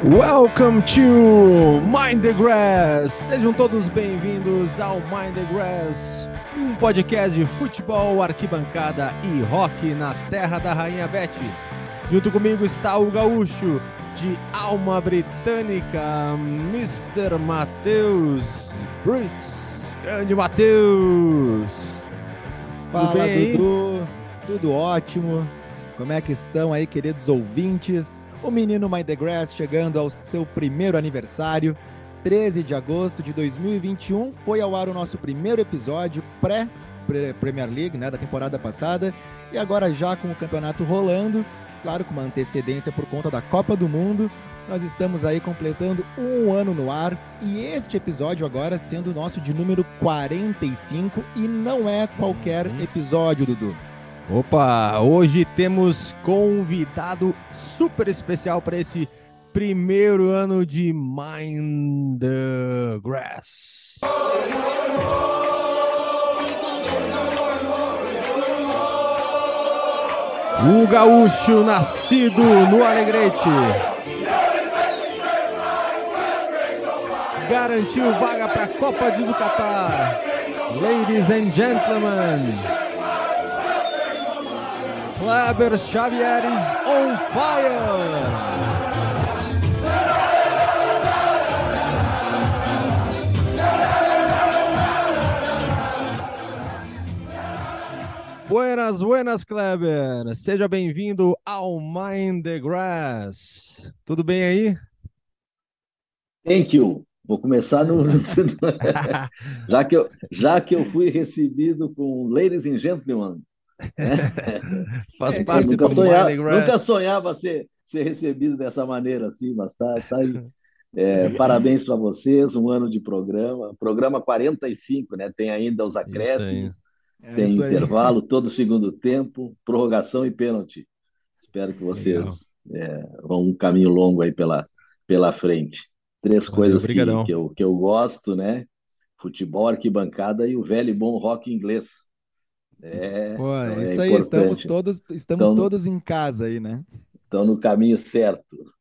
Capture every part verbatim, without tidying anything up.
Welcome to Mind the Grass. Sejam todos bem-vindos ao Mind the Grass, um podcast de futebol, arquibancada e rock na terra da Rainha Beth. Junto comigo está o gaúcho de alma britânica, mister Matheus Brits. Grande Matheus. Fala, Dudu. Tudo ótimo. Como é que estão aí, queridos ouvintes? O menino Mind the Grass chegando ao seu primeiro aniversário, treze de agosto de dois mil e vinte e um, foi ao ar o nosso primeiro episódio pré-Premier League, né, da temporada passada, e agora já com o campeonato rolando, claro, com uma antecedência por conta da Copa do Mundo, nós estamos aí completando um ano no ar, e este episódio agora sendo o nosso de número quarenta e cinco, e não é qualquer episódio, Dudu. Opa, hoje temos convidado super especial para esse primeiro ano de Mind the Grass. O gaúcho nascido no Alegrete garantiu vaga para a Copa do Catar. Ladies and gentlemen, Kleber Xavier is on fire! Buenas, buenas, Kleber! Seja bem-vindo ao Mind the Grass. Tudo bem aí? Thank you. Vou começar no... já, que eu, já que eu fui recebido com Ladies and Gentlemen. É. Faz parte nunca, do sonhava, Mind the Grass. nunca sonhava ser, ser recebido dessa maneira assim, mas tá, tá aí. É, parabéns para vocês, um ano de programa, programa quarenta e cinco, né? Tem ainda os acréscimos, É tem isso aí. intervalo todo segundo tempo, prorrogação e pênalti. Espero que vocês é, vão um caminho longo aí pela, pela frente. Três Valeu, coisas que, brigadão. que, eu, que eu gosto, né? Futebol, arquibancada e o velho e bom rock inglês. É, Pô, então é é isso aí, estamos importante. todos, estamos Estão no, todos em casa aí, né? estão no caminho certo.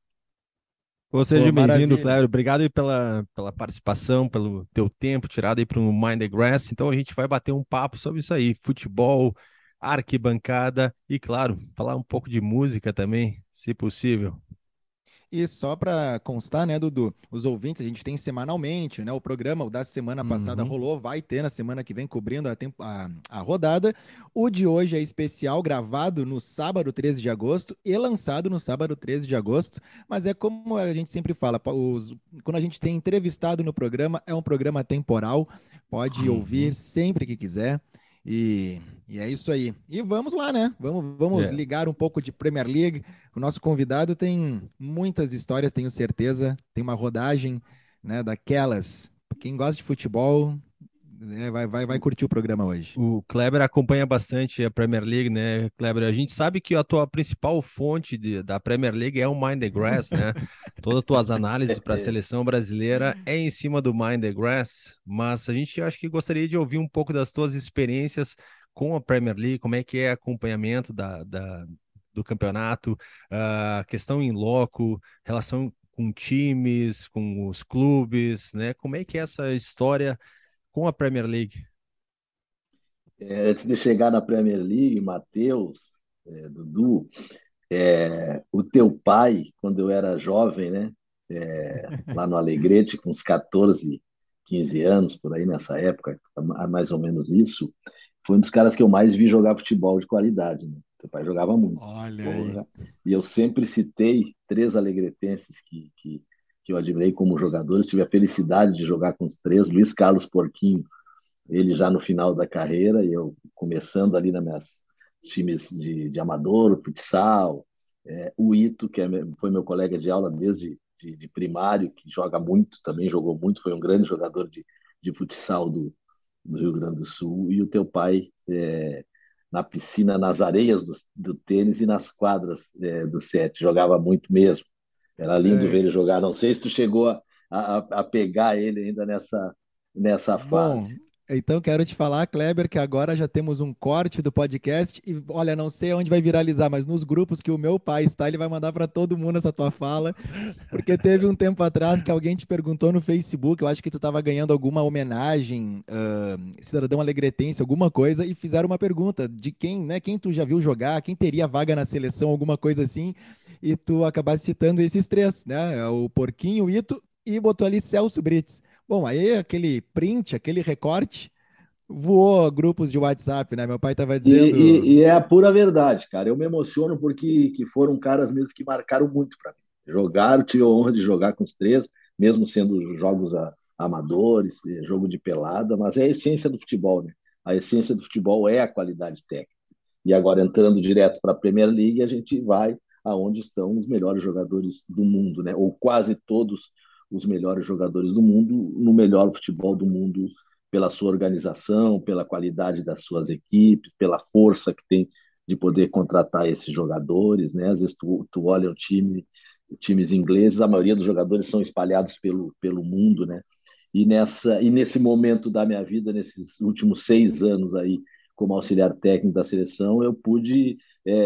Ou Pô, seja, bem-vindo, maravilha. Kleber. Obrigado aí pela, pela participação, pelo teu tempo tirado aí para o Mind the Grass. Então a gente vai bater um papo sobre isso aí, futebol, arquibancada e, claro, falar um pouco de música também, se possível. E só para constar, né, Dudu, os ouvintes, a gente tem semanalmente, né, o programa, o da semana passada Uhum. rolou, vai ter na semana que vem, cobrindo a, tempo, a, a rodada. O de hoje é especial, gravado no sábado treze de agosto e lançado no sábado treze de agosto, mas é como a gente sempre fala, os, quando a gente tem entrevistado no programa, é um programa temporal, pode Uhum. ouvir sempre que quiser. E, e é isso aí. E vamos lá, né? Vamos, vamos É. ligar um pouco de Premier League. O nosso convidado tem muitas histórias, tenho certeza. Tem uma rodagem, né, daquelas. Quem gosta de futebol, né, vai, vai, vai curtir o programa hoje. O Kleber acompanha bastante a Premier League, né, Kleber? A gente sabe que a tua principal fonte de, da Premier League é o Mind the Grass, né? Todas as tuas análises para a seleção brasileira é em cima do Mind the Grass, mas a gente acho que gostaria de ouvir um pouco das tuas experiências com a Premier League, como é que é acompanhamento da, da, do campeonato, a questão em loco, relação com times, com os clubes, né? Como é que é essa história com a Premier League? É, antes de chegar na Premier League, Matheus, é, Dudu, é, o teu pai, quando eu era jovem, né, é, lá no Alegrete, com uns catorze, quinze anos, por aí nessa época, mais ou menos isso, foi um dos caras que eu mais vi jogar futebol de qualidade. Né? Teu pai jogava muito. Olha aí. Porra. E eu sempre citei três alegretenses que, que, que eu admirei como jogadores, tive a felicidade de jogar com os três, Luiz Carlos Porquinho, ele já no final da carreira, e eu começando ali nas minhas times de, de amador, futsal, é, o Ito, que é, foi meu colega de aula desde de, de primário, que joga muito, também jogou muito, foi um grande jogador de, de futsal do, do Rio Grande do Sul, e o teu pai é, na piscina, nas areias do, do tênis e nas quadras é, do sete, jogava muito mesmo. Era lindo É, ver ele jogar. Não sei se tu chegou a, a, a pegar ele ainda nessa, nessa bom, fase. Então, quero te falar, Kleber, que agora já temos um corte do podcast e, olha, não sei onde vai viralizar, mas nos grupos que o meu pai está, ele vai mandar para todo mundo essa tua fala, porque teve um tempo atrás que alguém te perguntou no Facebook, eu acho que tu estava ganhando alguma homenagem, ah, cidadão alegretense, alguma coisa, e fizeram uma pergunta de quem, né, quem tu já viu jogar, quem teria vaga na seleção, alguma coisa assim, e tu acabaste citando esses três, né, é o Porquinho, o Ito, e botou ali Celso Brites. Bom, aí aquele print, aquele recorte, voou a grupos de WhatsApp, né? Meu pai estava E, dizendo. e, e é a pura verdade, cara. Eu me emociono porque que foram caras mesmo que marcaram muito para mim. Jogaram, tive a honra de jogar com os três, mesmo sendo jogos a, amadores, eh, jogo de pelada, mas é a essência do futebol, né? A essência do futebol é a qualidade técnica. E agora, entrando direto para a Premier League, a gente vai aonde estão os melhores jogadores do mundo, né? Ou quase todos os melhores jogadores do mundo, no melhor futebol do mundo, pela sua organização, pela qualidade das suas equipes, pela força que tem de poder contratar esses jogadores, né? Às vezes tu, tu olha o time, times ingleses, a maioria dos jogadores são espalhados pelo, pelo mundo, né? E, nessa, e nesse momento da minha vida, nesses últimos seis anos aí, como auxiliar técnico da seleção, eu pude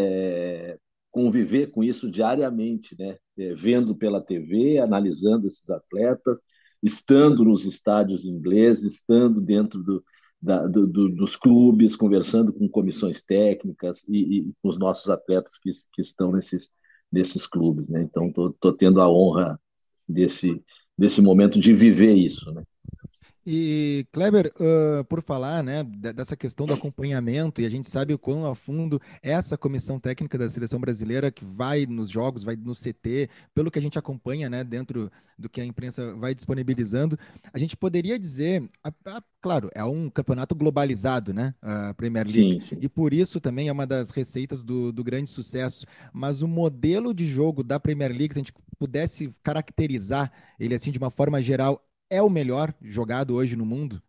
é, conviver com isso diariamente, né? É, vendo pela T V, analisando esses atletas, estando nos estádios ingleses, estando dentro do, da, do, do, dos clubes, conversando com comissões técnicas e, e com os nossos atletas que, que estão nesses, nesses clubes, né? Então, estou tendo a honra desse, desse momento de viver isso, né? E, Kleber, uh, por falar, né, dessa questão do acompanhamento, e a gente sabe o quão a fundo essa comissão técnica da seleção brasileira que vai nos jogos, vai no C T, pelo que a gente acompanha, né, dentro do que a imprensa vai disponibilizando, a gente poderia dizer, a, a, claro, é um campeonato globalizado, né, a Premier League, Sim, sim. e por isso também é uma das receitas do, do grande sucesso, mas o modelo de jogo da Premier League, se a gente pudesse caracterizar ele assim de uma forma geral, é o melhor jogado hoje no mundo?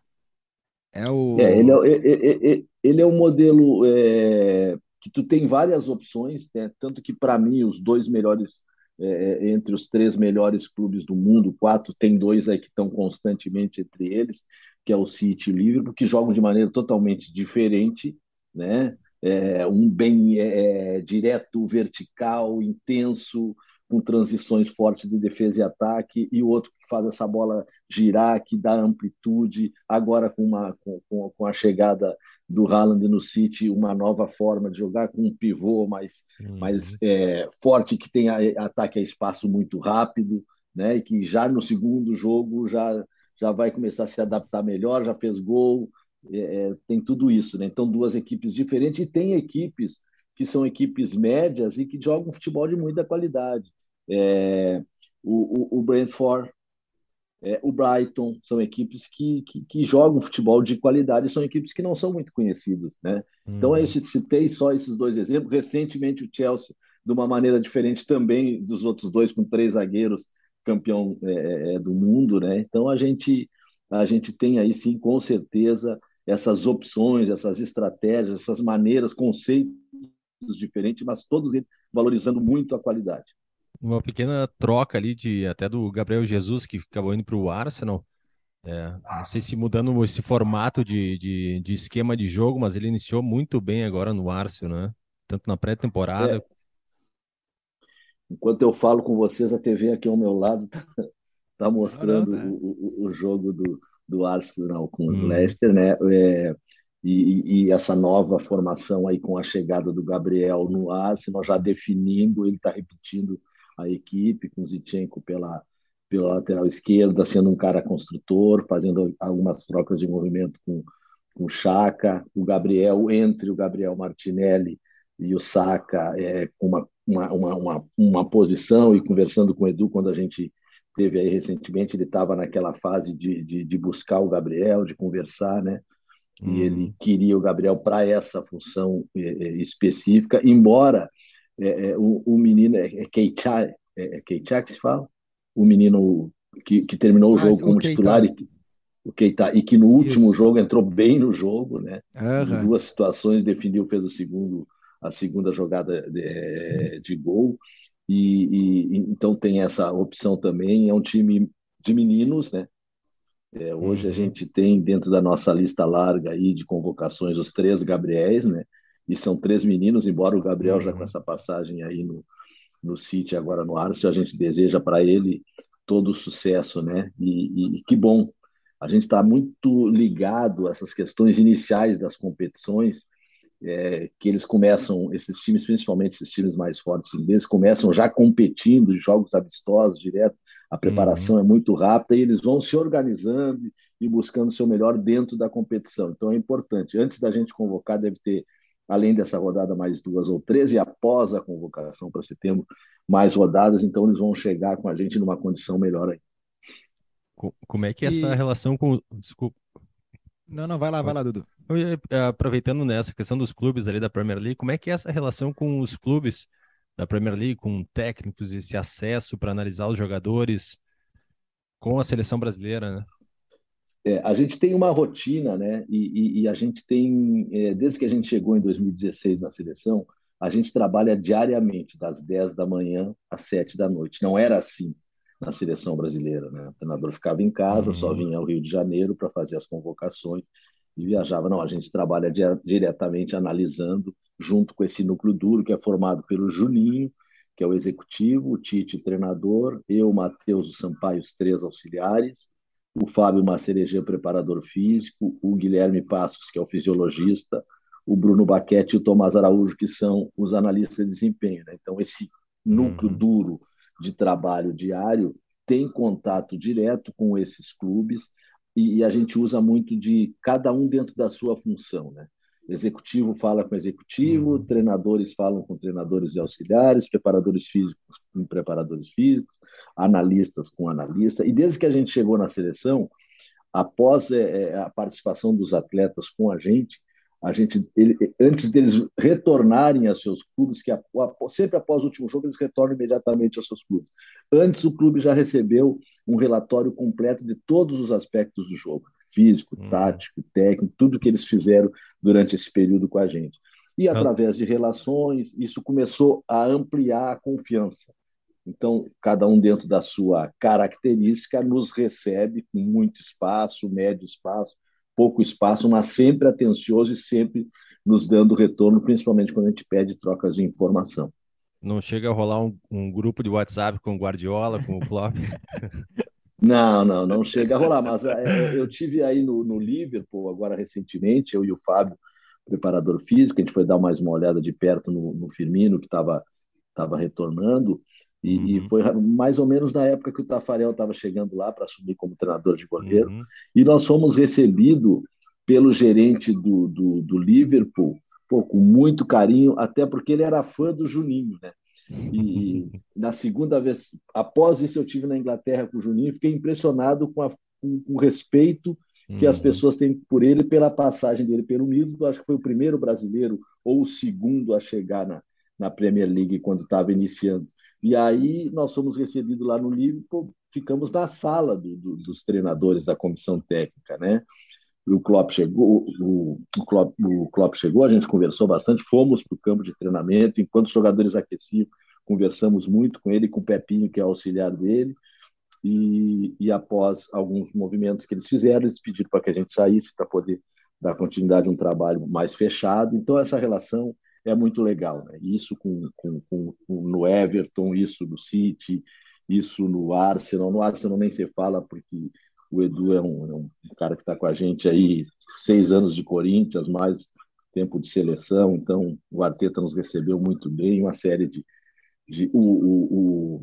É É, ele o. é, é- é- ele é um modelo é, que tu tem várias opções, né? Tanto que para mim os dois melhores é, é, entre os três melhores clubes do mundo, quatro tem dois aí que estão constantemente entre eles, que é o City e o Liverpool, que jogam de maneira totalmente diferente, né? É, um bem é, é, direto, vertical, intenso, com transições fortes de defesa e ataque, e o outro que faz essa bola girar, que dá amplitude, agora com, uma, com, com a chegada do Haaland no City, uma nova forma de jogar com um pivô mais, mais Uhum. é, forte, que tem a, ataque a espaço muito rápido, né? E que já no segundo jogo já, já vai começar a se adaptar melhor, já fez gol, é, tem tudo isso, né? Então, duas equipes diferentes, e tem equipes que são equipes médias e que jogam futebol de muita qualidade. É, o, o, o Brentford, é, o Brighton, são equipes que, que, que, jogam futebol de qualidade, são equipes que não são muito conhecidas, né? Então, eu Uhum. citei só esses dois exemplos. Recentemente, o Chelsea, de uma maneira diferente também dos outros dois, com três zagueiros, campeão é, é, do mundo, né? Então, a gente, a gente tem aí, sim, com certeza, essas opções, essas estratégias, essas maneiras, conceitos diferentes, mas todos eles valorizando muito a qualidade. Uma pequena troca ali de até do Gabriel Jesus, que acabou indo para o Arsenal. É, não sei se mudando esse formato de, de, de esquema de jogo, mas ele iniciou muito bem agora no Arsenal, né? Tanto na pré-temporada. É, enquanto eu falo com vocês, a T V aqui ao meu lado está tá Não, não, mostrando tá. o, o, o jogo do, do Arsenal com o Uhum. Leicester, né? É, e, e, essa nova formação aí com a chegada do Gabriel no Arsenal, já definindo, ele está repetindo a equipe com o Zinchenko pela, pela lateral esquerda, sendo um cara construtor, fazendo algumas trocas de movimento com, com o Chaka, o Gabriel, entre o Gabriel Martinelli e o Saka, é, com uma, uma, uma, uma, uma posição, e conversando com o Edu quando a gente teve aí recentemente, ele estava naquela fase de, de, de buscar o Gabriel, de conversar, né? E ele Uhum. queria o Gabriel para essa função é, é, específica, embora é, é, o, o menino, é, é Keita, é, é Keita que se fala? O menino que, que terminou o Ah, jogo o como titular, Keita. e, o Keita, e que no último Isso. jogo entrou bem no jogo, né? Em Aham. duas situações definiu, fez o segundo, a segunda jogada de, de gol. E, e, então tem essa opção também. É um time de meninos, né? É, hoje a Uhum, gente tem dentro da nossa lista larga aí de convocações os três Gabriéis, né? E são três meninos, embora o Gabriel já com uhum. essa passagem aí no, no City, agora no Arsenal, a gente deseja para ele todo o sucesso, né? E, e, e que bom. A gente está muito ligado a essas questões iniciais das competições, é, que eles começam, esses times, principalmente esses times mais fortes ingleses, começam já competindo, jogos amistosos direto, a Uhum. preparação é muito rápida e eles vão se organizando e buscando o seu melhor dentro da competição. Então é importante. Antes da gente convocar, deve ter, além dessa rodada, mais duas ou três, e após a convocação para setembro, mais rodadas, então eles vão chegar com a gente numa condição melhor aí. Co- Como é que é essa E. relação com. Desculpa. Não, não, vai lá, vai lá, Dudu. Eu ia, eh, aproveitando nessa questão dos clubes ali da Premier League, como é que é essa relação com os clubes da Premier League, com técnicos, esse acesso para analisar os jogadores com a seleção brasileira, né? É, a gente tem uma rotina, né? E, e, e a gente tem, é, desde que a gente chegou em dois mil e dezesseis na seleção, a gente trabalha diariamente, das dez da manhã às sete da noite. Não era assim na seleção brasileira, né? O treinador ficava em casa, só Uhum, vinha ao Rio de Janeiro para fazer as convocações e viajava. Não, a gente trabalha di diretamente analisando, junto com esse núcleo duro, que é formado pelo Juninho, que é o executivo, o Tite, treinador, eu, Matheus, o Sampaio, os três auxiliares, o Fábio Macereja, preparador físico, o Guilherme Passos, que é o fisiologista, o Bruno Baquete e o Tomás Araújo, que são os analistas de desempenho. Né? Então, esse núcleo uhum, duro de trabalho diário tem contato direto com esses clubes e, e a gente usa muito de cada um dentro da sua função. Né? Executivo fala com executivo, uhum. treinadores falam com treinadores e auxiliares, preparadores físicos com preparadores físicos, analistas com analista. E desde que a gente chegou na seleção, após é, a participação dos atletas com a gente, a gente ele, antes deles retornarem a seus clubes, que a, a, sempre após o último jogo eles retornam imediatamente aos seus clubes. Antes o clube já recebeu um relatório completo de todos os aspectos do jogo, físico, Uhum. tático, técnico, tudo que eles fizeram durante esse período com a gente. E Eu- através de relações, isso começou a ampliar a confiança. Então, cada um dentro da sua característica nos recebe com muito espaço, médio espaço, pouco espaço, mas sempre atencioso e sempre nos dando retorno, principalmente quando a gente pede trocas de informação. Não chega a rolar um, um grupo de WhatsApp com o Guardiola, com o Klopp. Não, não, não chega a rolar, mas é, é, eu tive aí no, no Liverpool, agora recentemente, eu e o Fábio, preparador físico, a gente foi dar mais uma olhada de perto no, no Firmino, que estava estava retornando, e, e Uhum, foi mais ou menos na época que o Tafarel estava chegando lá para assumir como treinador de goleiro, uhum, e nós fomos recebidos pelo gerente do, do, do Liverpool, pô, com muito carinho, até porque ele era fã do Juninho, né? E, e na segunda vez, após isso, eu tive na Inglaterra com o Juninho, fiquei impressionado com, a, com, com o respeito que as uhum. pessoas têm por ele pela passagem dele pelo Middlesbrough. Acho que foi o primeiro brasileiro ou o segundo a chegar na, na Premier League quando estava iniciando. E aí nós fomos recebidos lá no Liverpool, ficamos na sala do, do, dos treinadores da comissão técnica, né? O Klopp chegou, o, o, Klopp, o Klopp chegou, a gente conversou bastante, fomos para o campo de treinamento, enquanto os jogadores aqueciam, conversamos muito com ele, com o Pepinho, que é auxiliar dele, e, e após alguns movimentos que eles fizeram, eles pediram para que a gente saísse para poder dar continuidade a um trabalho mais fechado. Então, essa relação é muito legal. Né? Isso com, com, com, com, no Everton, isso no City, isso no Arsenal. No Arsenal nem se fala, porque o Edu é um, é um cara que está com a gente aí seis anos de Corinthians, mais tempo de seleção. Então, o Arteta nos recebeu muito bem, uma série de. de o, o,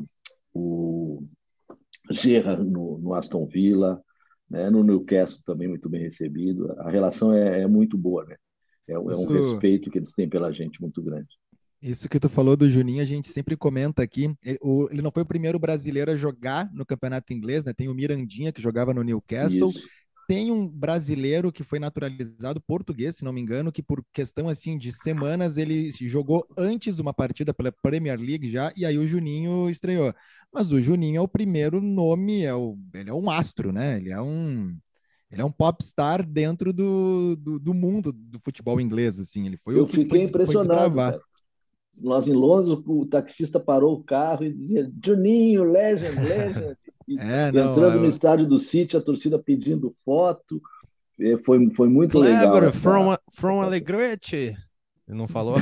o, o Gerrard no, no Aston Villa, né? No Newcastle também muito bem recebido. A relação é, é muito boa, né? É, é um Isso, respeito que eles têm pela gente muito grande. isso que tu falou do Juninho, a gente sempre comenta aqui. Ele, o- ele não foi o primeiro brasileiro a jogar no campeonato inglês, né? Tem o Mirandinha, que jogava no Newcastle. Isso, Tem um brasileiro que foi naturalizado português, se não me engano, que por questão assim de semanas ele jogou antes uma partida pela Premier League já, e aí o Juninho estreou. Mas o Juninho é o primeiro nome, é o, ele é um astro, né? Ele é um, ele é um popstar dentro do, do, do mundo do futebol inglês, assim. Ele foi o eu que foi, fiquei foi impressionado, desbravar. cara. Nós em Londres, o taxista parou o carro e dizia: Juninho, legend, legend. E É, não, entrando no eu- estádio do City, a torcida pedindo foto. É, Foi, foi muito legal Kleber essa, from, essa from passagem. Alegrete. Não falou?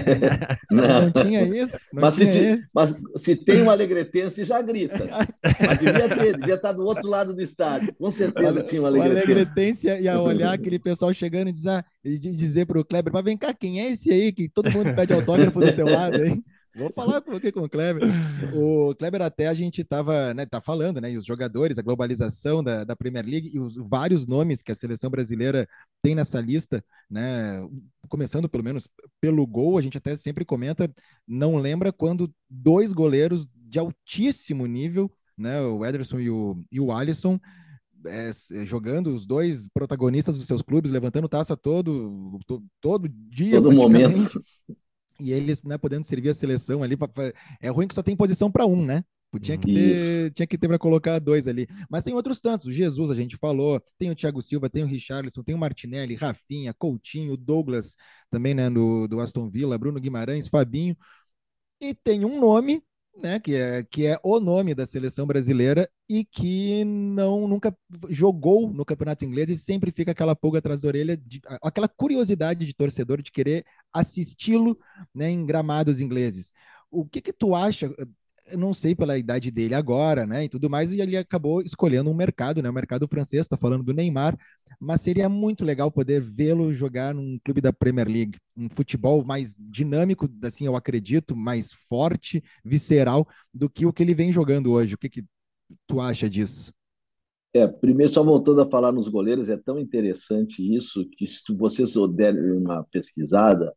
mas Não. não tinha isso, não Mas se, tinha te- esse. mas se tem um alegretense, já grita. Mas devia ter, devia estar do outro lado do estádio. Com O, certeza Ale- tinha um o alegretense. Alegretense ia olhar aquele pessoal chegando e dizer, e dizer pro Kleber, mas vem cá, quem é esse aí que todo mundo pede autógrafo do teu lado, hein? Vou falar com, com o Kleber. O Kleber até a gente estava, né, tá falando, né, e os jogadores, a globalização da, da Premier League e os vários nomes que a seleção brasileira tem nessa lista, né, começando pelo menos pelo gol, a gente até sempre comenta, não lembra quando dois goleiros de altíssimo nível, né, o Ederson e o, e o Alisson, é, jogando os dois protagonistas dos seus clubes, levantando taça todo, to, todo dia Todo praticamente, momento. e eles, né, podendo servir a seleção ali. Pra, é ruim que só tem posição para um, né? Tinha que Isso. ter, tinha que ter para colocar dois ali. Mas tem outros tantos. O Jesus, a gente falou, tem o Thiago Silva, tem o Richarlison, tem o Martinelli, Rafinha, Coutinho, Douglas, também, né, do, do Aston Villa, Bruno Guimarães, Fabinho. E tem um nome, né, que é, que é o nome da seleção brasileira e que não nunca jogou no campeonato inglês e sempre fica aquela pulga atrás da orelha, de, aquela curiosidade de torcedor de querer assisti-lo, né, em gramados ingleses. O que que tu acha? Eu não sei pela idade dele agora, né, e tudo mais, e ele acabou escolhendo um mercado, né, o mercado francês, estou falando do Neymar, mas seria muito legal poder vê-lo jogar num clube da Premier League, um futebol mais dinâmico, assim, eu acredito, mais forte, visceral do que o que ele vem jogando hoje. O que que tu acha disso? É, primeiro, só voltando a falar nos goleiros, é tão interessante isso que se vocês derem uma pesquisada,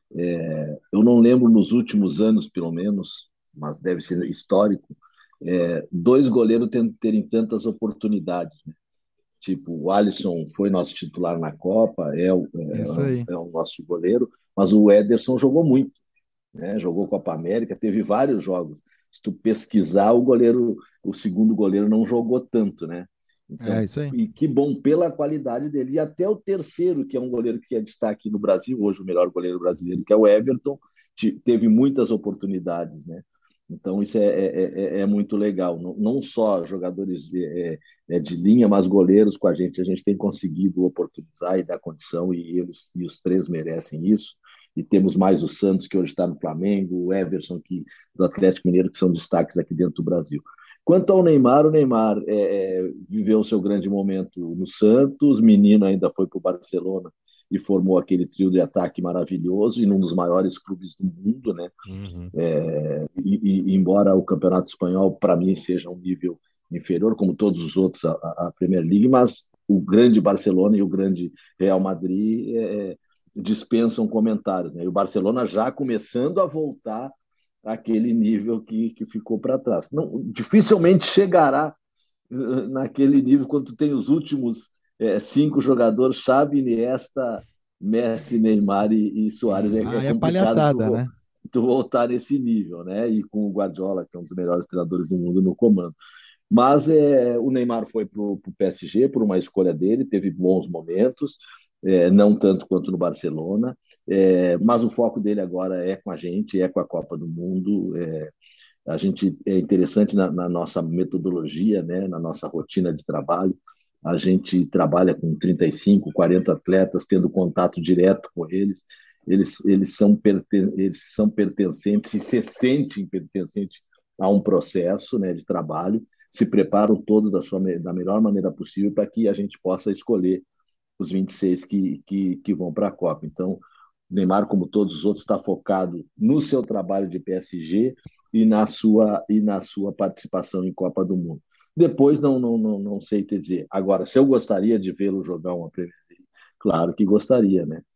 é, eu não lembro nos últimos anos, pelo menos, mas deve ser histórico, é, dois goleiros terem, terem tantas oportunidades, né? Tipo, o Alisson foi nosso titular na Copa, é o, Isso aí. é, é o nosso goleiro, mas o Ederson jogou muito, né? Jogou Copa América, teve vários jogos. Se tu pesquisar, o goleiro, o segundo goleiro não jogou tanto, né? É, Então, isso aí. e que bom pela qualidade dele. E até o terceiro, que é um goleiro que é destaque no Brasil, hoje o melhor goleiro brasileiro, que é o Everton, teve muitas oportunidades, né? Então, isso é, é, é, é muito legal. Não, não só jogadores de, é, é, de linha, mas goleiros com a gente. A gente tem conseguido oportunizar e dar condição, e eles e os três merecem isso. E temos mais o Santos, que hoje está no Flamengo, o Everson, que, do Atlético Mineiro, que são destaques aqui dentro do Brasil. Quanto ao Neymar, o Neymar é, é, viveu o seu grande momento no Santos, menino ainda foi para o Barcelona e formou aquele trio de ataque maravilhoso e num dos maiores clubes do mundo, né? Uhum. É, e, e, embora o Campeonato Espanhol, para mim, seja um nível inferior, como todos os outros, a, a Premier League, mas o grande Barcelona e o grande Real Madrid é, dispensam comentários, né? E o Barcelona já começando a voltar àquele nível que, que ficou para trás. Não, dificilmente chegará uh, naquele nível quando tu tem os últimos é, cinco jogadores, Xavi, Iniesta, Messi, Neymar e, e Suárez. É, é Ah, é complicado palhaçada, tu, né? tu voltar nesse nível, né? E com o Guardiola, que é um dos melhores treinadores do mundo, no comando. Mas é, o Neymar foi para o P S G por uma escolha dele, teve bons momentos, é, não tanto quanto no Barcelona, é, mas o foco dele agora é com a gente, é com a Copa do Mundo. É, a gente é interessante na, na nossa metodologia, né, na nossa rotina de trabalho. A gente trabalha com trinta e cinco, quarenta atletas, tendo contato direto com eles. Eles, eles, são, perten eles são pertencentes e se sentem pertencentes a um processo, né, de trabalho, se preparam todos da, sua, da melhor maneira possível para que a gente possa escolher os vinte e seis que, que, que vão para a Copa. Então, o Neymar, como todos os outros, está focado no seu trabalho de P S G e na sua, e na sua participação em Copa do Mundo. Depois, não, não, não, não sei te dizer. Agora, se eu gostaria de vê-lo jogar uma Premier League, claro que gostaria, né?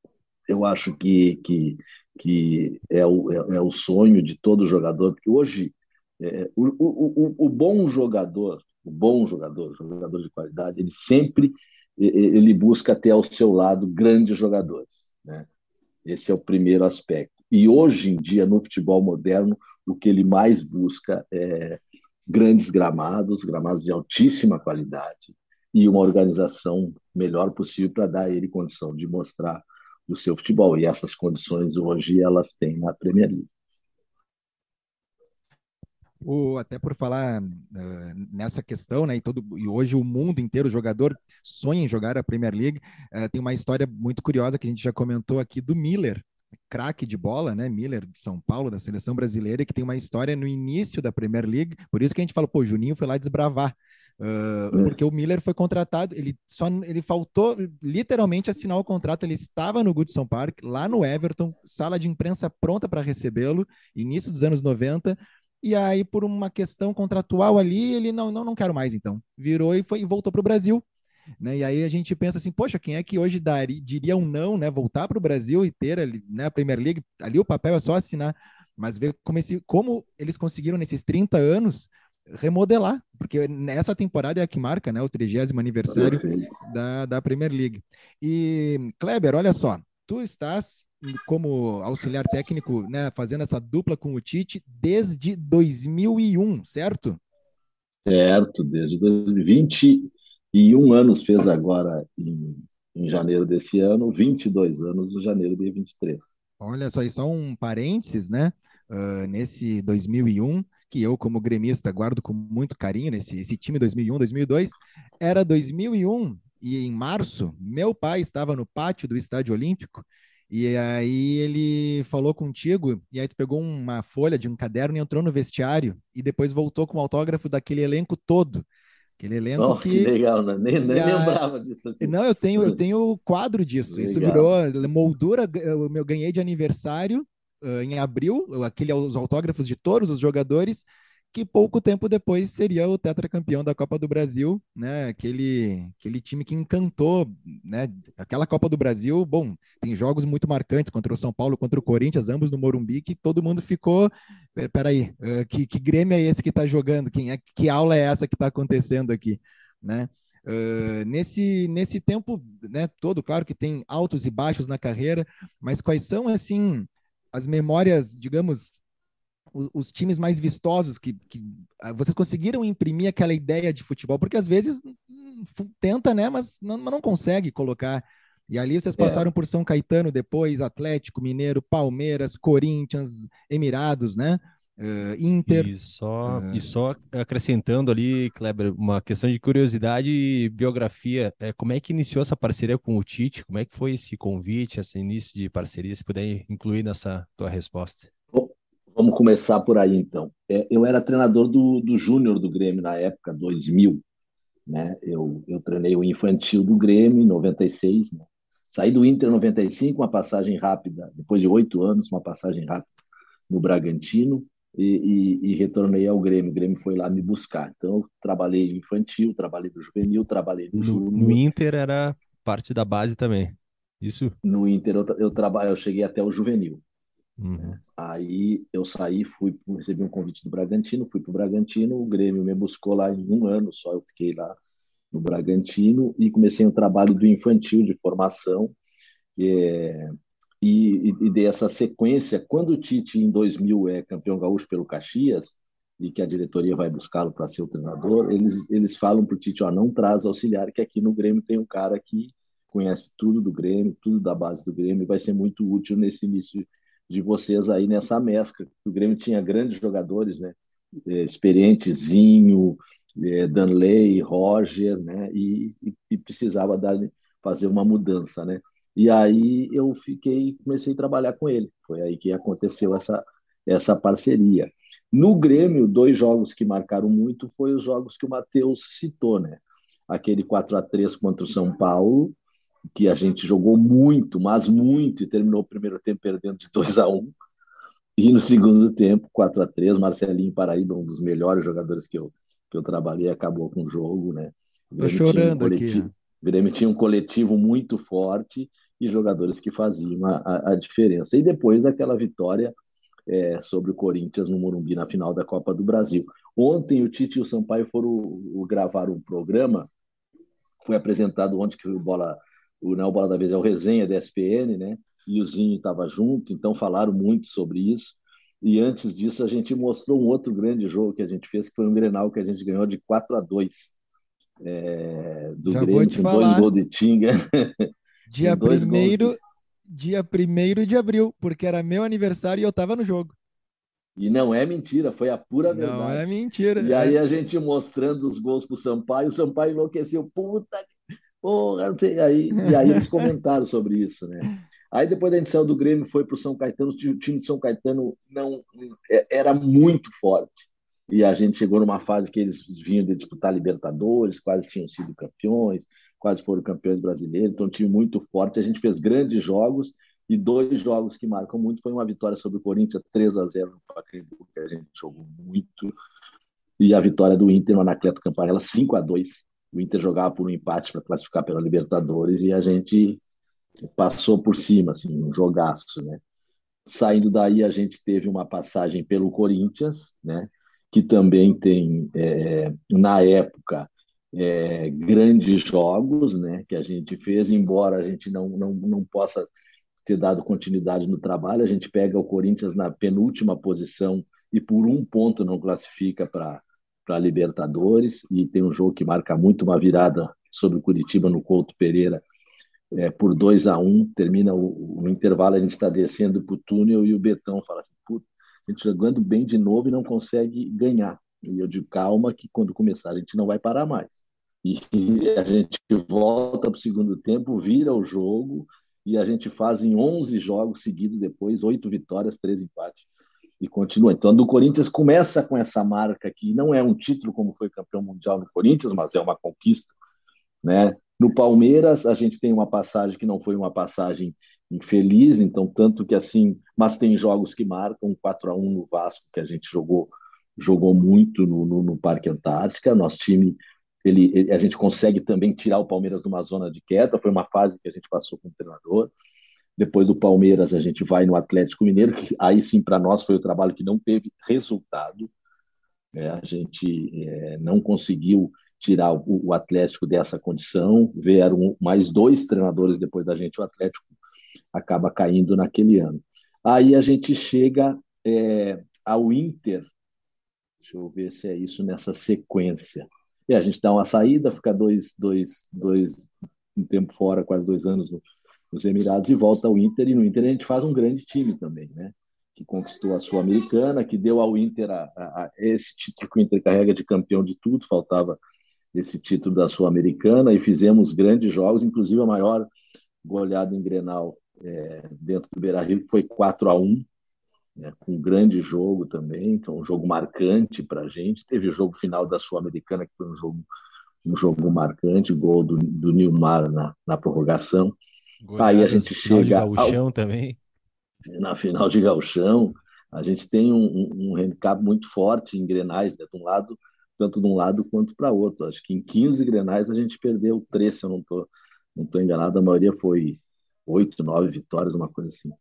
Eu acho que, que, que é, o, é, é o sonho de todo jogador, porque hoje é, o, o, o, o bom jogador, o bom jogador, jogador de qualidade, ele sempre ele busca ter ao seu lado grandes jogadores, né? Esse é o primeiro aspecto. E hoje em dia, no futebol moderno, o que ele mais busca é grandes gramados, gramados de altíssima qualidade e uma organização melhor possível para dar a ele condição de mostrar o seu futebol. E essas condições hoje elas têm na Premier League. O, até por falar uh, nessa questão, né? E, todo, e hoje o mundo inteiro, o jogador sonha em jogar a Premier League. Uh, tem uma história muito curiosa que a gente já comentou aqui do Miller, craque de bola, né? Miller de São Paulo, da seleção brasileira, que tem uma história no início da Premier League. Por isso que a gente fala, pô, o Juninho foi lá desbravar. Uh, porque o Miller foi contratado, ele só ele faltou literalmente assinar o contrato. Ele estava no Goodson Park, lá no Everton, sala de imprensa pronta para recebê-lo, início dos anos noventa. E aí, por uma questão contratual ali, ele não, não, não quero mais, então. Virou e foi e voltou para o Brasil. Né? E aí a gente pensa assim, poxa, quem é que hoje daria, diria um não, né? Voltar para o Brasil e ter ali, né, a Premier League, ali o papel é só assinar. Mas ver como, esse, como eles conseguiram, nesses trinta anos, remodelar, porque nessa temporada é a que marca, né, o trigésimo aniversário da, da Premier League. E, Kleber, olha só, tu estás como auxiliar técnico, né, fazendo essa dupla com o Tite desde dois mil e um, certo? Certo, desde dois mil e vinte e um anos fez agora em, em janeiro desse ano, vinte e dois anos em janeiro de vinte e três. Olha só, e só um parênteses, né? Uh, nesse dois mil e um, que eu, como gremista, guardo com muito carinho, nesse esse time dois mil e um, dois mil e dois, era dois mil e um, e em março, meu pai estava no pátio do Estádio Olímpico, e aí ele falou contigo, e aí tu pegou uma folha de um caderno e entrou no vestiário, e depois voltou com o autógrafo daquele elenco todo. Aquele elenco Oh, que que. legal, né? Nem, E nem a, lembrava disso aqui. não, eu tenho, eu tenho quadro disso. Isso virou Legal. moldura, eu, eu ganhei de aniversário uh, em abril, aquele os autógrafos de todos os jogadores, que pouco tempo depois seria o tetracampeão da Copa do Brasil, né? Aquele, aquele time que encantou, né? Aquela Copa do Brasil, bom, tem jogos muito marcantes contra o São Paulo, contra o Corinthians, ambos no Morumbi, que todo mundo ficou, peraí, uh, que, que Grêmio é esse que está jogando? Quem é, que aula é essa que está acontecendo aqui, né? Uh, nesse, nesse tempo, né, todo, claro que tem altos e baixos na carreira, mas quais são, assim, as memórias, digamos, os, os times mais vistosos que, que uh, vocês conseguiram imprimir aquela ideia de futebol? Porque às vezes hum, tenta, né, mas não, mas não consegue colocar. E ali vocês É, passaram por São Caetano, depois Atlético Mineiro, Palmeiras, Corinthians, Emirados, né? Uh, Inter. E só, e Uh, só acrescentando ali, Kleber, uma questão de curiosidade e biografia. É, como é que iniciou essa parceria com o Tite? Como é que foi esse convite, esse início de parceria? Se puder incluir nessa tua resposta. bom, vamos começar por aí, então. É, eu era treinador do, do Júnior do Grêmio na época, dois mil, né? Eu, eu treinei o infantil do Grêmio em noventa e seis, né? Saí do Inter em noventa e cinco, uma passagem rápida, depois de oito anos, uma passagem rápida no Bragantino e, e, e retornei ao Grêmio. O Grêmio foi lá me buscar. Então, eu trabalhei no infantil, trabalhei no juvenil, trabalhei no No, no júnior. Inter era parte da base também. Isso? No Inter, eu, eu, trabalho, eu cheguei até o juvenil. Uhum. Aí eu saí, fui, recebi um convite do Bragantino, fui para o Bragantino, o Grêmio me buscou lá em um ano só, eu fiquei lá no Bragantino e comecei o trabalho do infantil de formação é, e, e, dei essa sequência. Quando o Tite, em dois mil, é campeão gaúcho pelo Caxias e que a diretoria vai buscá-lo para ser o treinador, eles, eles falam para o Tite, ó, não traz auxiliar, que aqui no Grêmio tem um cara que conhece tudo do Grêmio, tudo da base do Grêmio, e vai ser muito útil nesse início de vocês aí nessa mescla. O Grêmio tinha grandes jogadores, né? É, experientezinho, é, Danley, Roger, né? E, e, e precisava dar, fazer uma mudança, né? E aí eu fiquei, comecei a trabalhar com ele. Foi aí que aconteceu essa, essa parceria. No Grêmio, dois jogos que marcaram muito foram os jogos que o Matheus citou, né? Aquele quatro a três contra o São Paulo, que a gente jogou muito, mas muito, e terminou o primeiro tempo perdendo de dois a um. E no segundo tempo, quatro a três, Marcelinho Paraíba, um dos melhores jogadores que eu, que eu trabalhei, acabou com o jogo, né? O tô Grêmio tinha um chorando aqui. coletivo, o Grêmio tinha um coletivo muito forte e jogadores que faziam a, a, a diferença. E depois aquela vitória é, sobre o Corinthians no Morumbi na final da Copa do Brasil. Ontem o Tite e o Sampaio foram o, gravar um programa, foi apresentado ontem que o Bola, o, não, o Bola da Vez é o Resenha da E S P N, né? E o Zinho estava junto, então falaram muito sobre isso. E antes disso, a gente mostrou um outro grande jogo que a gente fez, que foi um Grenal que a gente ganhou de quatro a dois é, do Já vou Grêmio, te com dois falar. gols de Tinga, com Dia dois gols de. primeiro, dia primeiro de abril, porque era meu aniversário e eu tava no jogo. E não é mentira, foi a pura Não é verdade. mentira. E aí É. a gente mostrando os gols pro Sampaio, o Sampaio enlouqueceu, puta, porra, não sei. Aí, e aí eles comentaram sobre isso, né? Aí depois a gente saiu do Grêmio, foi pro São Caetano, o time de São Caetano não é, era muito forte. E a gente chegou numa fase que eles vinham de disputar Libertadores, quase tinham sido campeões, quase foram campeões brasileiros, então um time muito forte. A gente fez grandes jogos e dois jogos que marcam muito foi uma vitória sobre o Corinthians, três a zero no Pacaembu, que a gente jogou muito, e a vitória do Inter no Anacleto Campanella, cinco a dois. O Inter jogava por um empate para classificar pela Libertadores e a gente passou por cima, assim, um jogaço, né? Saindo daí, a gente teve uma passagem pelo Corinthians, né? Que também tem, é, na época, é, grandes jogos, né? Que a gente fez, embora a gente não, não, não possa ter dado continuidade no trabalho, a gente pega o Corinthians na penúltima posição e por um ponto não classifica para para Libertadores, e tem um jogo que marca muito, uma virada sobre o Curitiba no Couto Pereira, é, por dois a um, termina o, o intervalo, a gente está descendo para o túnel e o Betão fala assim, puta, a gente jogando bem de novo e não consegue ganhar. E eu digo, calma, que quando começar a gente não vai parar mais. E a gente volta para o segundo tempo, vira o jogo e a gente faz em onze jogos seguidos depois, oito vitórias, três empates e continua. Então, do Corinthians começa com essa marca que não é um título como foi campeão mundial no Corinthians, mas é uma conquista, né? No Palmeiras, a gente tem uma passagem que não foi uma passagem infeliz, então, tanto que assim, mas tem jogos que marcam, quatro a um no Vasco, que a gente jogou, jogou muito no, no, no Parque Antártica. Nosso time, ele, ele, a gente consegue também tirar o Palmeiras de uma zona de queda, foi uma fase que a gente passou com o treinador. Depois do Palmeiras, a gente vai no Atlético Mineiro, que aí sim, para nós, foi o trabalho que não teve resultado. É, a gente é, não conseguiu tirar o, o Atlético dessa condição. Vieram mais dois treinadores depois da gente, o Atlético acaba caindo naquele ano. Aí a gente chega é, ao Inter, deixa eu ver se é isso nessa sequência. E a gente dá uma saída, fica dois, dois, dois um tempo fora, quase dois anos no, nos Emirados, e volta ao Inter, e no Inter a gente faz um grande time também, né? Que conquistou a Sul-Americana, que deu ao Inter a, a, a esse título que o Inter carrega de campeão de tudo, faltava esse título da Sul-Americana, e fizemos grandes jogos, inclusive a maior goleada em Grenal é, dentro do Beira-Rio, que foi quatro a um, né, com um grande jogo também, então um jogo marcante para a gente. Teve o jogo final da Sul-Americana, que foi um jogo, um jogo marcante, gol do, do Nilmar na, na prorrogação. Aí a Goleadas, gente final de chega ao, gauchão também. na final de Gauchão, a gente tem um, um, um handicap muito forte em Grenais, né, de um lado, tanto de um lado quanto para outro. Acho que em quinze Grenais a gente perdeu três, se eu não estou não tô enganado, a maioria foi oito, nove vitórias, uma coisa assim.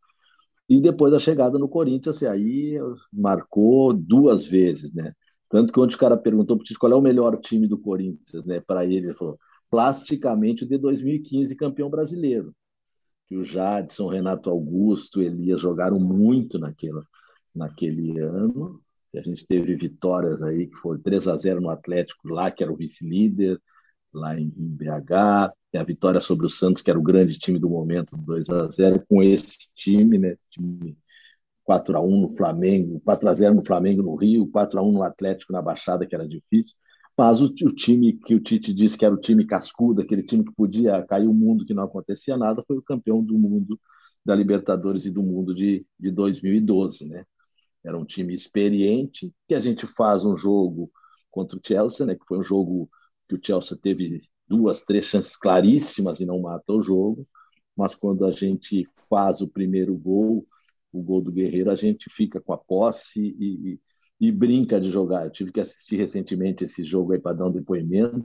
E depois da chegada no Corinthians, assim, aí marcou duas vezes, né? Tanto que onde o cara perguntou para qual é o melhor time do Corinthians, né? Para ele, ele falou, plasticamente o de dois mil e quinze campeão brasileiro. Que o Jadson, Renato Augusto, Elias jogaram muito naquele, naquele ano. E a gente teve vitórias aí, que foi três a zero no Atlético lá, que era o vice-líder, lá em, em B H. E a vitória sobre o Santos, que era o grande time do momento, dois a zero com esse time, né? Time quatro a um no Flamengo, quatro a zero no Flamengo no Rio, quatro a um no Atlético na Baixada, que era difícil. Mas o, o time que o Tite disse que era o time cascudo, aquele time que podia cair o mundo, que não acontecia nada, foi o campeão do mundo da Libertadores e do mundo de, de dois mil e doze, né? Era um time experiente, que a gente faz um jogo contra o Chelsea, né? Que foi um jogo que o Chelsea teve duas, três chances claríssimas e não matou o jogo. Mas quando a gente faz o primeiro gol, o gol do Guerreiro, a gente fica com a posse e, e, e brinca de jogar. Eu tive que assistir recentemente esse jogo aí para dar um depoimento,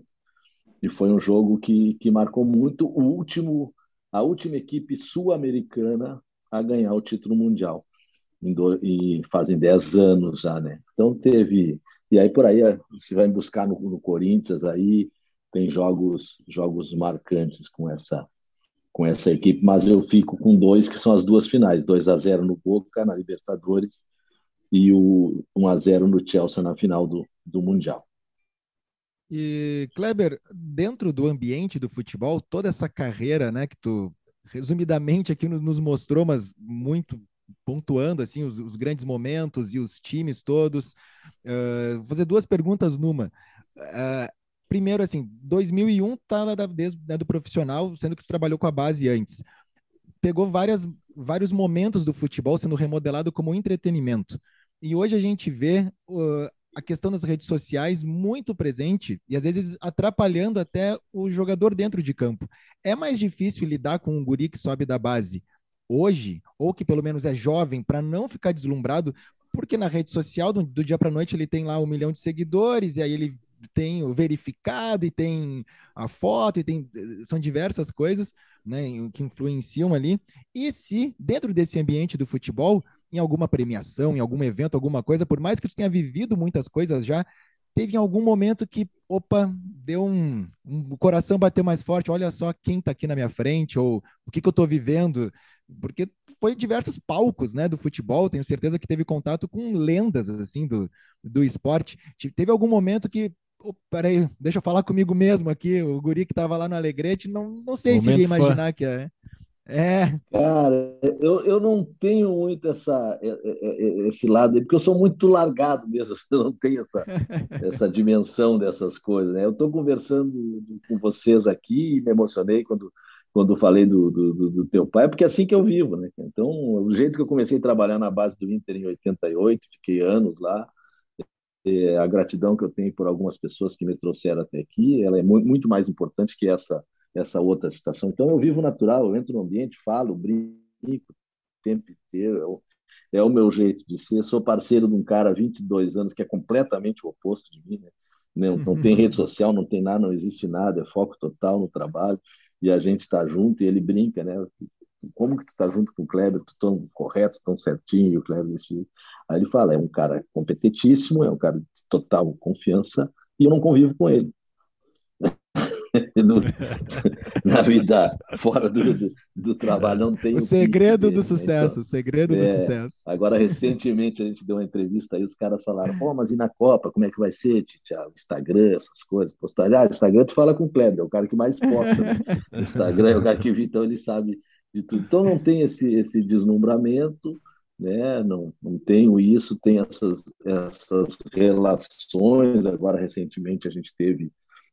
e foi um jogo que, que marcou muito o último, a última equipe sul-americana a ganhar o título mundial. Do, e fazem dez anos já, né? Então teve. E aí por aí você vai buscar no, no Corinthians, aí tem jogos, jogos marcantes com essa, com essa equipe, mas eu fico com dois que são as duas finais, dois a zero no Boca, na Libertadores, e o um a zero no Chelsea na final do, do Mundial. E, Kleber, dentro do ambiente do futebol, toda essa carreira, né, que tu resumidamente aqui nos mostrou, mas muito pontuando assim os, os grandes momentos e os times todos. Uh, vou fazer duas perguntas numa. Uh, primeiro, assim, dois mil e um tá lá da, desde, né, do profissional, sendo que tu trabalhou com a base antes. Pegou várias, vários momentos do futebol sendo remodelado como entretenimento. E hoje a gente vê uh, a questão das redes sociais muito presente e às vezes atrapalhando até o jogador dentro de campo. É mais difícil lidar com um guri que sobe da base hoje, ou que pelo menos é jovem, para não ficar deslumbrado, porque na rede social, do, do dia para noite, ele tem lá um milhão de seguidores, e aí ele tem o verificado, e tem a foto, e tem. São diversas coisas, né, que influenciam ali. E se, dentro desse ambiente do futebol, em alguma premiação, em algum evento, alguma coisa, por mais que tu tenha vivido muitas coisas já, teve em algum momento que, opa, deu um, um o coração bateu mais forte, olha só quem está aqui na minha frente, ou o que, que eu estou vivendo, porque foi diversos palcos, né, do futebol, tenho certeza que teve contato com lendas, assim, do, do esporte. Teve algum momento que, oh, peraí, deixa eu falar comigo mesmo aqui, o guri que estava lá no Alegrete, não, não sei se ia Momento fã. imaginar que é. É. Cara, eu, eu não tenho muito essa, esse lado aí, porque eu sou muito largado mesmo, eu não tenho essa, essa dimensão dessas coisas, né? Eu estou conversando com vocês aqui e me emocionei quando, quando falei do, do, do teu pai, porque é assim que eu vivo, né? Então, o jeito que eu comecei a trabalhar na base do Inter em oitenta e oito, fiquei anos lá, é, a gratidão que eu tenho por algumas pessoas que me trouxeram até aqui, ela é mu muito mais importante que essa, essa outra situação. Então, eu vivo natural, eu entro no ambiente, falo, brinco o tempo inteiro, é o meu jeito de ser. Sou parceiro de um cara há vinte e dois anos que é completamente o oposto de mim, né? Não, não tem rede social, não tem nada, não existe nada, é foco total no trabalho e a gente está junto e ele brinca, né? Como que tu tá junto com o Kleber, tu tão correto, tão certinho, o Kleber disse. Aí ele fala, é um cara competentíssimo, é um cara de total confiança e eu não convivo com ele. No, na vida fora do, do, do trabalho não tem O o pique segredo do dele, né? Então, sucesso, o segredo do é, sucesso. agora, recentemente, a gente deu uma entrevista aí, os caras falaram, pô, mas e na Copa, como é que vai ser, Tite? Ah, o Instagram, essas coisas, postagem. Ah, Instagram tu fala com o Kleber, é o cara que mais posta, né? No Instagram é o cara que vive, então ele sabe de tudo. Então não tem esse, esse deslumbramento, né? Não, não tenho isso, tem essas, essas relações. Agora, recentemente, a gente teve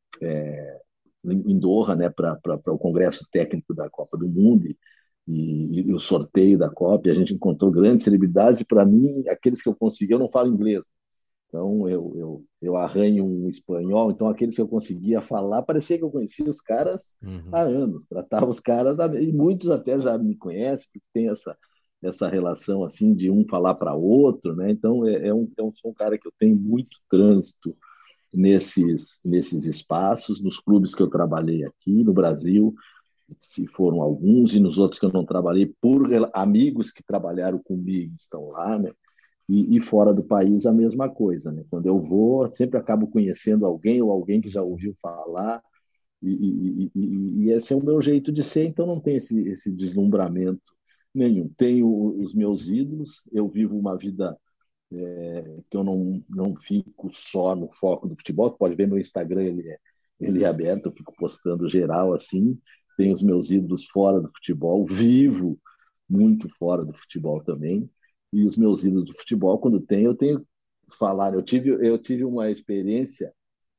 é, em Doha, né, para o Congresso Técnico da Copa do Mundo, e, e, e o sorteio da Copa, e a gente encontrou grandes celebridades, e para mim, aqueles que eu consegui, eu não falo inglês, então eu, eu, eu arranho um espanhol, então aqueles que eu conseguia falar, parecia que eu conhecia os caras há Uhum. anos, tratava os caras, e muitos até já me conhecem, porque tem essa, essa relação assim de um falar para outro, né? Então é, é, um, é um, sou um cara que eu tenho muito trânsito nesses, nesses espaços, nos clubes que eu trabalhei aqui no Brasil, se foram alguns, e nos outros que eu não trabalhei, por amigos que trabalharam comigo estão lá, né? E, e fora do país a mesma coisa, né? Quando eu vou, sempre acabo conhecendo alguém ou alguém que já ouviu falar, e, e, e, e esse é o meu jeito de ser, então não tem esse, esse deslumbramento nenhum. Tenho os meus ídolos, eu vivo uma vida que eu não, não fico só no foco do futebol. Tu pode ver meu Instagram, ele é, ele é aberto, eu fico postando geral assim. Tenho os meus ídolos fora do futebol, vivo muito fora do futebol também. E os meus ídolos do futebol, quando tem, eu tenho que falar. Eu tive, eu tive uma experiência,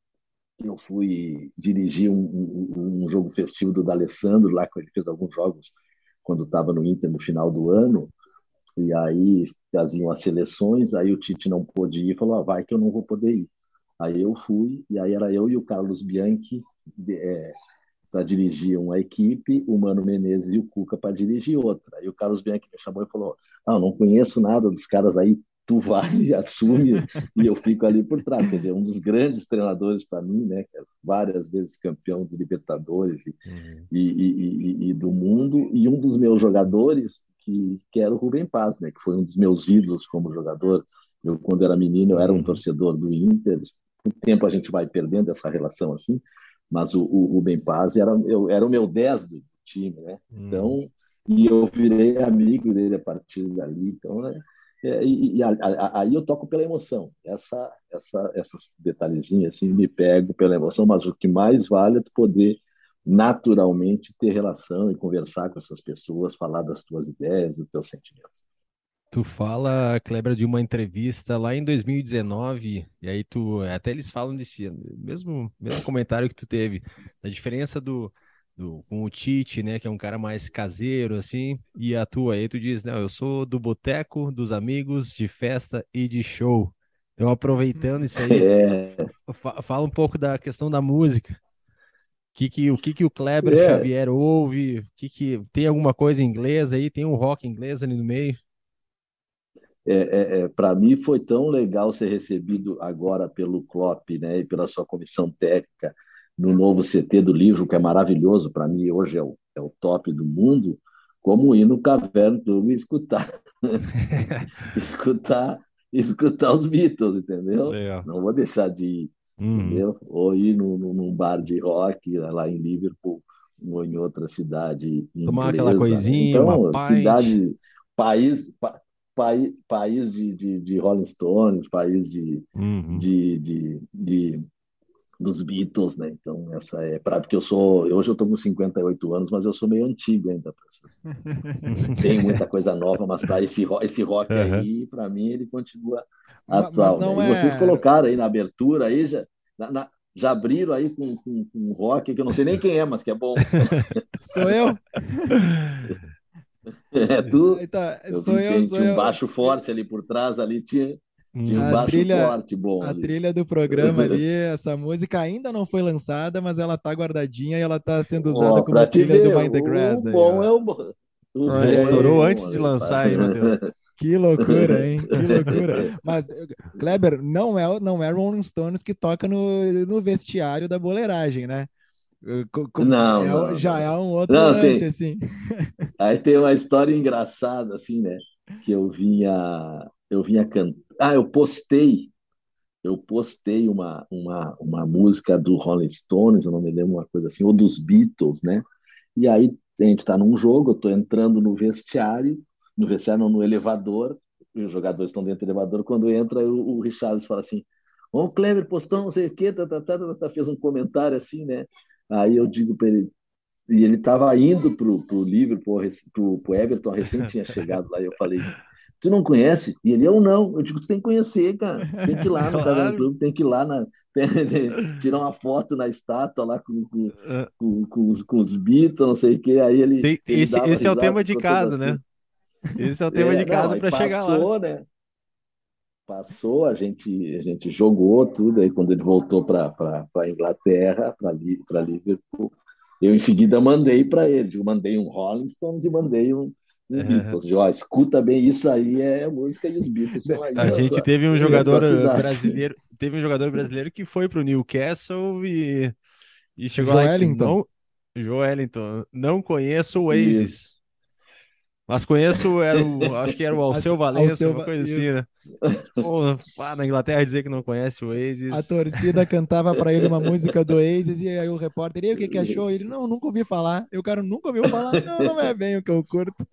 eu fui dirigir um, um, um jogo festivo do D'Alessandro, lá que ele fez alguns jogos quando estava no Inter no final do ano, e aí faziam as seleções, aí o Tite não pôde ir, falou, ah, vai que eu não vou poder ir. Aí eu fui, e aí era eu e o Carlos Bianchi é, para dirigir uma equipe, o Mano Menezes e o Cuca para dirigir outra. Aí o Carlos Bianchi me chamou e falou, ah, eu não conheço nada dos caras aí, tu vai, assume, e eu fico ali por trás. Quer dizer, um dos grandes treinadores para mim, né, que é várias vezes campeão de Libertadores e, Uhum. e, e, e, do mundo, e um dos meus jogadores, que, que era o Rubem Paz, né, que foi um dos meus ídolos como jogador. Eu, quando era menino, eu era um Uhum. torcedor do Inter. Com o tempo a gente vai perdendo essa relação assim, mas o, o Rubem Paz era, eu, era o meu dez do time, né? Uhum. Então, e eu virei amigo dele a partir dali. Então, né? É, e, e a, a, aí eu toco pela emoção. Essa, essa, essas detalhezinhos assim me pego pela emoção, mas o que mais vale é tu poder naturalmente ter relação e conversar com essas pessoas, falar das tuas ideias, dos teus sentimentos. Tu fala, Kleber, de uma entrevista lá em dois mil e dezenove, e aí tu, até eles falam desse mesmo, mesmo comentário que tu teve, da diferença do, do com o Tite, né, que é um cara mais caseiro, assim, e a tua, aí tu diz, não, eu sou do boteco, dos amigos, de festa e de show. Então, aproveitando isso aí, É, fa- fala um pouco da questão da música. Que que, o que que o Kleber é, Xavier ouve? Que que, tem alguma coisa em inglês aí? Tem um rock inglês ali no meio? é, é, é, para mim foi tão legal ser recebido agora pelo Klopp, né, e pela sua comissão técnica no novo C T do livro, que é maravilhoso para mim, hoje é o, é o top do mundo, como ir no Cavern Club e escutar, escutar, escutar os Beatles, entendeu? Legal. Não vou deixar de ir, Uhum. entendeu? Ou ir no, no, num bar de rock lá em Liverpool ou em outra cidade Tomar aquela inglesa, né? coisinha, uma Então, pint. cidade, país, pa, país, país de, de, de Rolling Stones, país de, Uhum. de, de, de dos Beatles, né? Então, essa é para porque eu sou, hoje eu estou com cinquenta e oito anos, mas eu sou meio antigo ainda para essas. Não tenho muita coisa nova, mas para esse ro- esse rock Aham. aí, para mim ele continua Ma- Mas atual, né? não E vocês é. colocaram aí na abertura aí já na- na- já abriram aí com, com, com rock que eu não sei nem quem é, mas que é bom. Sou eu? É tu? Então, Eu sou vi que eu, tem, sou tinha um eu. baixo forte ali por trás, ali tinha, tinha um A Uhum. baixo trilha, forte bom a ali. trilha do programa ali, essa música ainda não foi lançada, mas ela tá guardadinha e ela tá sendo usada Ó, como pra te trilha do ver, Mind the o Grass aí, bom ó. é o bom. O Ó, ele Olha bom é o estourou aí. bom, antes de né? lançar aí, Matheus. Que loucura, hein? Que loucura. Mas, Kleber, não é, não é Rolling Stones que toca no, no vestiário da boleiragem, né? Co- co- Não, é- não, já não. é um outro Não, lance, tem. assim. Aí tem uma história engraçada, assim, né? Que eu vinha, eu vinha cantar. Ah, eu postei, eu postei uma, uma, uma música do Rolling Stones, eu não me lembro uma coisa assim, ou dos Beatles, né? E aí a gente está num jogo, eu estou entrando no vestiário, no vestiário, não, no elevador, e os jogadores estão dentro do elevador. Quando entra, o, o Richarlison fala assim: Ô, o Kleber postou não sei o quê, tá, tá, tá, tá, tá, fez um comentário assim, né? Aí eu digo para ele, e ele estava indo pro, pro Liverpool, pro, pro Everton, recém tinha chegado lá, e eu falei, tu não conhece? E ele, eu não. Eu digo, tu tem que conhecer, cara. Tem que ir lá no Cavern Claro. Club, tem que ir lá na, tirar uma foto na estátua lá com, com, Ah, com, com os, com os Beatles, não sei o quê. Aí ele, tem- ele esse, dava esse é o risada, tema de ficou todo casa, né? assim. Esse é o tema É, de não, casa aí para chegar lá. passou, né? Passou, a gente, a gente jogou tudo. Aí quando ele voltou para a Inglaterra, para Liverpool, eu em seguida mandei para ele. Eu mandei um Rolling Stones e mandei um, um É, Beatles. Digo, ó, escuta bem, isso aí é música e os Beatles estão aí a na gente tua, teve um na jogador tua eh, cidade. brasileiro, teve um jogador brasileiro que foi pro Newcastle e, e chegou lá e disse, Joelinton. não, Joelinton, não conheço o Isso. Oasis, mas conheço, era o, acho que era o As- Alceu Ao Valença, seu, uma coisa assim, isso. né? Pô, pá, na Inglaterra dizer que não conhece o A Oasis. torcida cantava para ele uma música do Oasis e aí o repórter, e aí, o que que achou? Ele, não, nunca ouvi falar. E o cara nunca ouviu falar. Não, não é bem o que eu curto.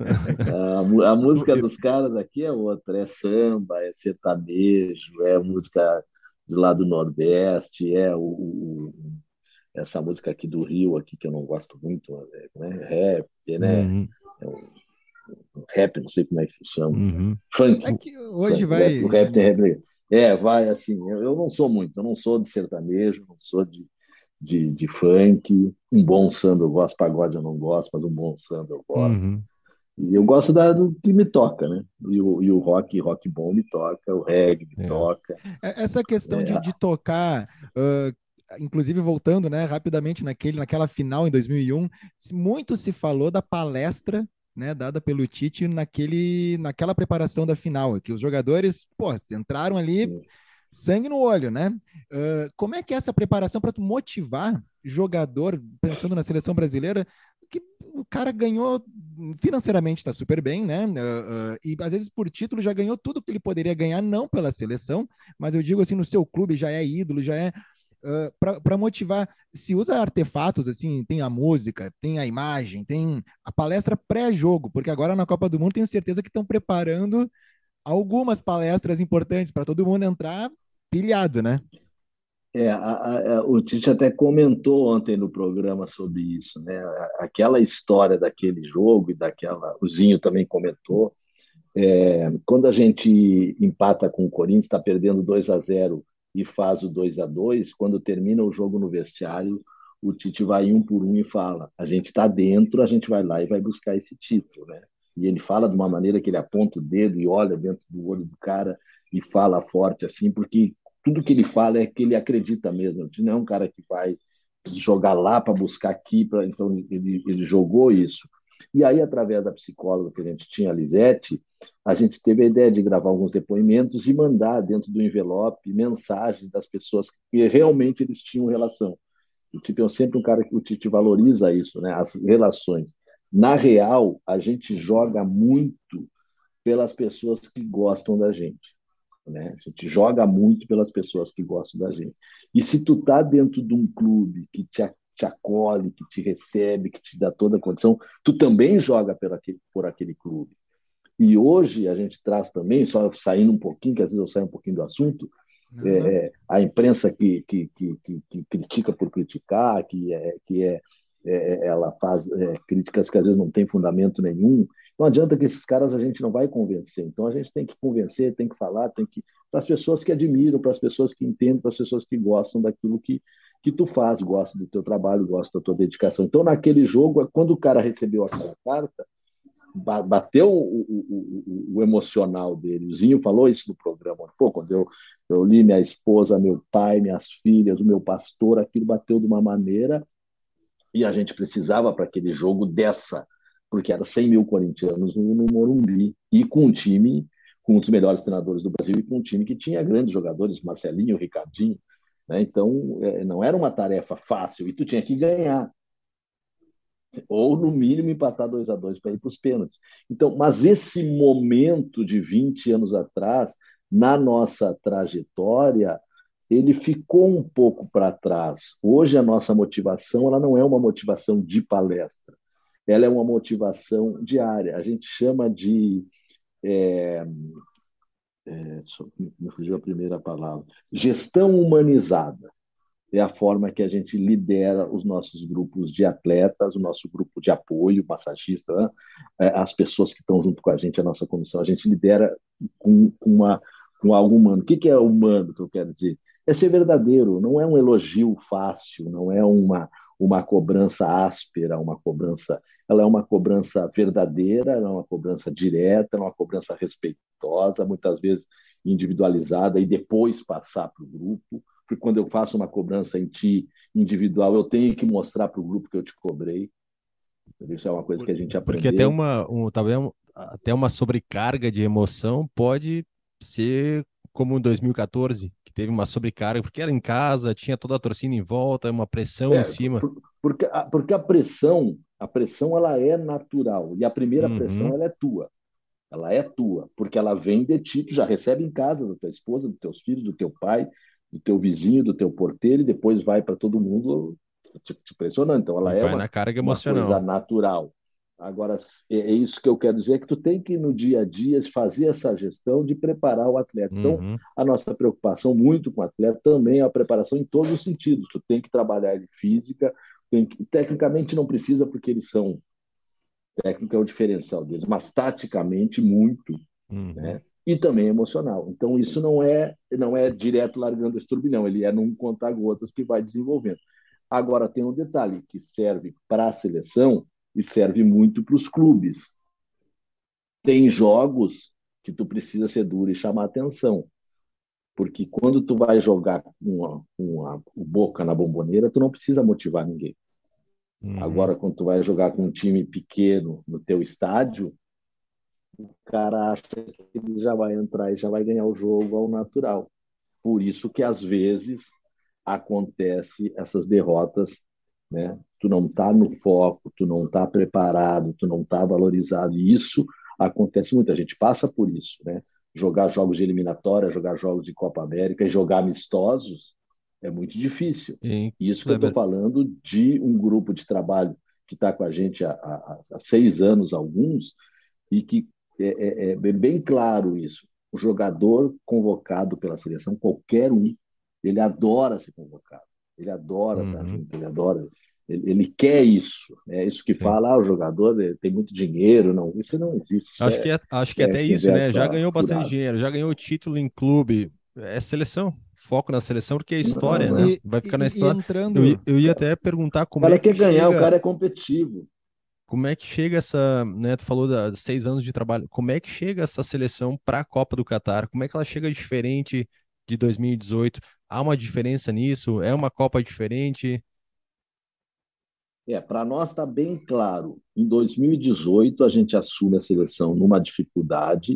A, mu- a Eu- música eu- dos caras aqui é outra, é samba, é sertanejo, é música de lá do Nordeste, é o, o- essa música aqui do Rio, aqui que eu não gosto muito, é, né? Rap, né? Uhum, É um, um rap, não sei como é que se chama. uhum. Funk, É que hoje funk, o rap, o vai. rap tem rap. É, vai assim, eu, eu não sou muito, eu não sou de sertanejo, não sou de, de, de funk, um bom samba eu gosto, pagode eu não gosto, mas um bom samba eu gosto. Uhum. E eu gosto da, do que me toca, né? E o, e o rock, rock bom me toca, o reggae me É. toca. É- Essa questão de, É, de tocar, ãh, inclusive voltando, né, rapidamente naquele, naquela final em dois mil e um, se- muito se falou da palestra, né, dada pelo Tite naquele, naquela preparação da final, que os jogadores, pô, entraram ali sim. sangue no olho, né? Ãh, como é que é essa preparação para motivar jogador, pensando na seleção brasileira, que o cara ganhou financeiramente, está super bem, né? Uh, uh, e às vezes por título já ganhou tudo que ele poderia ganhar, não pela seleção, mas eu digo assim, no seu clube já é ídolo, já é. Uh, para motivar, se usa artefatos assim, tem a música, tem a imagem, tem a palestra pré-jogo, porque agora na Copa do Mundo tenho certeza que estão preparando algumas palestras importantes para todo mundo entrar pilhado, né? É, a- a- o Tite até comentou ontem no programa sobre isso, né? A- Aquela história daquele jogo e daquela. O Zinho também comentou Quando a gente empata com o Corinthians, está perdendo dois a zero e faz o dois a dois, quando termina o jogo no vestiário, o Tite vai um por um e fala: a gente está dentro, a gente vai lá e vai buscar esse título, né? E ele fala de uma maneira que ele aponta o dedo e olha dentro do olho do cara e fala forte assim, porque tudo que ele fala é que ele acredita mesmo. Ele não é um cara que vai jogar lá para buscar aqui, pra... então ele, ele jogou isso. E aí, através da psicóloga que a gente tinha, a Lisete, a gente teve a ideia de gravar alguns depoimentos e mandar dentro do envelope mensagem das pessoas que realmente eles tinham relação. O Tite é sempre um cara que o Tite valoriza isso, né? As relações. Na real, a gente joga muito pelas pessoas que gostam da gente. Né? A gente joga muito pelas pessoas que gostam da gente. E se tu tá dentro de um clube que te, te acolhe, que te recebe, que te dá toda a condição, tu também joga por aquele, por aquele clube. E hoje a gente traz também, só saindo um pouquinho, que às vezes eu saio um pouquinho do assunto, Não, não. é, a imprensa que, que, que, que, que critica por criticar, que, é, que é, é ela faz é, críticas que às vezes não tem fundamento nenhum. Não adianta que esses caras a gente não vai convencer. Então a gente tem que convencer, tem que falar, tem que para as pessoas que admiram, para as pessoas que entendem, para as pessoas que gostam daquilo que que tu faz, gostam do teu trabalho, gostam da tua dedicação. Então naquele jogo, quando o cara recebeu aquela carta, bateu o, o, o, o, emocional dele. O Zinho falou isso no programa. Pô, quando eu, eu li minha esposa, meu pai, minhas filhas, o meu pastor, aquilo bateu de uma maneira e a gente precisava para aquele jogo dessa, porque era cem mil corintianos no, no Morumbi e com um time, com um dos melhores treinadores do Brasil e com um time que tinha grandes jogadores, Marcelinho, Ricardinho. Né? Então, é, não era uma tarefa fácil e tu tinha que ganhar ou no mínimo empatar dois a dois para ir para os pênaltis. Então, mas esse momento de vinte anos atrás, na nossa trajetória, ele ficou um pouco para trás. Hoje a nossa motivação, ela não é uma motivação de palestra, ela é uma motivação diária. A gente chama de é, é, me fugiu a primeira palavra, gestão humanizada é a forma que a gente lidera os nossos grupos de atletas, o nosso grupo de apoio, massagista, né? As pessoas que estão junto com a gente, a nossa comissão, a gente lidera com, uma, com algo humano. O que é humano que eu quero dizer? É ser verdadeiro, não é um elogio fácil, não é uma, uma cobrança áspera, uma cobrança, ela é uma cobrança verdadeira, ela é uma cobrança direta, é uma cobrança respeitosa, muitas vezes individualizada e depois passar para o grupo porque quando eu faço uma cobrança em ti individual, eu tenho que mostrar para o grupo que eu te cobrei. Isso é uma coisa que a gente Porque até aprendeu. uma, um, talvez um- até uma sobrecarga de emoção pode ser como em dois mil e quatorze, que teve uma sobrecarga, porque era em casa, tinha toda a torcida em volta, uma pressão em É, cima. porque, a, porque a pressão, a pressão ela é natural e a primeira pressão Uhum. ela é tua. Ela é tua, porque ela vem de ti, tu já recebe em casa da tua esposa, dos teus filhos, do teu pai, do teu vizinho, do teu porteiro, e depois vai para todo mundo te, te pressionando. Então, ela E é vai uma, na carga uma coisa emocional. natural. Agora, é, é isso que eu quero dizer, que tu tem que, no dia a dia, fazer essa gestão de preparar o atleta. Então, Uhum. a nossa preocupação muito com o atleta também é a preparação em todos os sentidos. Tu tem que trabalhar ele física, tem que, tecnicamente não precisa, porque eles são técnica é o diferencial deles, mas taticamente muito, Uhum. né? E também emocional. Então isso não é não é direto largando esse turbilhão, ele é num conta-gotas que vai desenvolvendo. Agora tem um detalhe que serve para a seleção e serve muito para os clubes. Tem jogos que tu precisa ser duro e chamar atenção, porque quando tu vai jogar com uma, uma, o Boca na Bomboneira, tu não precisa motivar ninguém. Uhum. Agora, quando tu vai jogar com um time pequeno no teu estádio, o cara acha que ele já vai entrar e já vai ganhar o jogo ao natural. Por isso que às vezes acontece essas derrotas, né? Tu não tá no foco, tu não tá preparado, tu não tá valorizado. E isso acontece muito. A gente passa por isso, né? Jogar jogos de eliminatória, jogar jogos de Copa América e jogar amistosos é muito difícil. E, E isso que eu estou Kleber, falando de um grupo de trabalho que está com a gente há, há, há seis anos, alguns, e que é, é, é bem claro isso. O jogador convocado pela seleção, qualquer um, ele adora ser convocado, ele adora estar uhum. junto, ele adora. Ele, ele quer isso, é isso que Sim. fala, ah, o jogador tem muito dinheiro, não, isso não existe, isso Acho que é, é, acho que é é até isso, né? Já conversa ganhou bastante furada. dinheiro, já ganhou título em clube. É seleção. Foco na seleção, porque é história, Não, é. né? E, Vai ficar na e, e história. Eu, ia- entrando. eu ia até perguntar O como é cara que quer ganhar, o chega, cara é competitivo. como é que chega essa, né? Tu falou da seis anos de trabalho. Como é que chega essa seleção para a Copa do Catar? Como é que ela chega diferente de dois mil e dezoito? Há uma diferença nisso? É uma Copa diferente? É, para nós está bem claro. Em dois mil e dezoito, a gente assume a seleção numa dificuldade,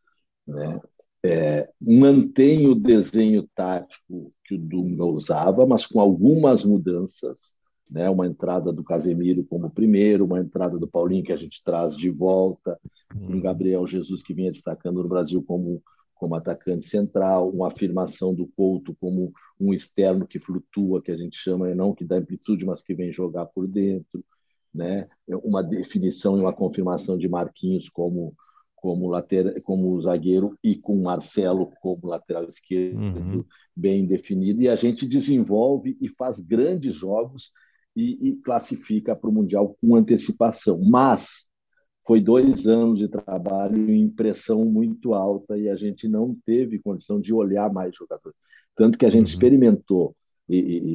né? É, mantém o desenho tático que o Dunga usava, mas com algumas mudanças, né? Uma entrada do Casemiro como primeiro, uma entrada do Paulinho que a gente traz de volta, um Uhum, Gabriel Jesus que vinha destacando no Brasil como, como atacante central, uma afirmação do Couto como um externo que flutua, que a gente chama, não que dá amplitude, mas que vem jogar por dentro, né? Uma definição e uma confirmação de Marquinhos como como lateral, como zagueiro e com Marcelo como lateral uhum, esquerdo bem definido, e a gente desenvolve e faz grandes jogos e, e classifica para o Mundial com antecipação. Mas foi dois anos de trabalho e impressão muito alta e a gente não teve condição de olhar mais jogadores. Tanto que a gente uhum, experimentou e, e,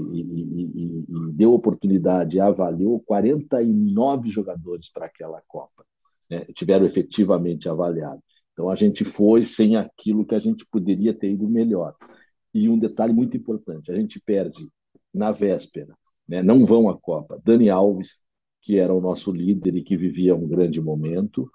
e, e deu oportunidade, avaliou quarenta e nove jogadores para aquela Copa, né? Tiveram efetivamente avaliado. Então a gente foi sem aquilo que a gente poderia ter ido melhor. E um detalhe muito importante: a gente perde na véspera, né? Não vão à Copa. Dani Alves, que era o nosso líder e que vivia um grande momento,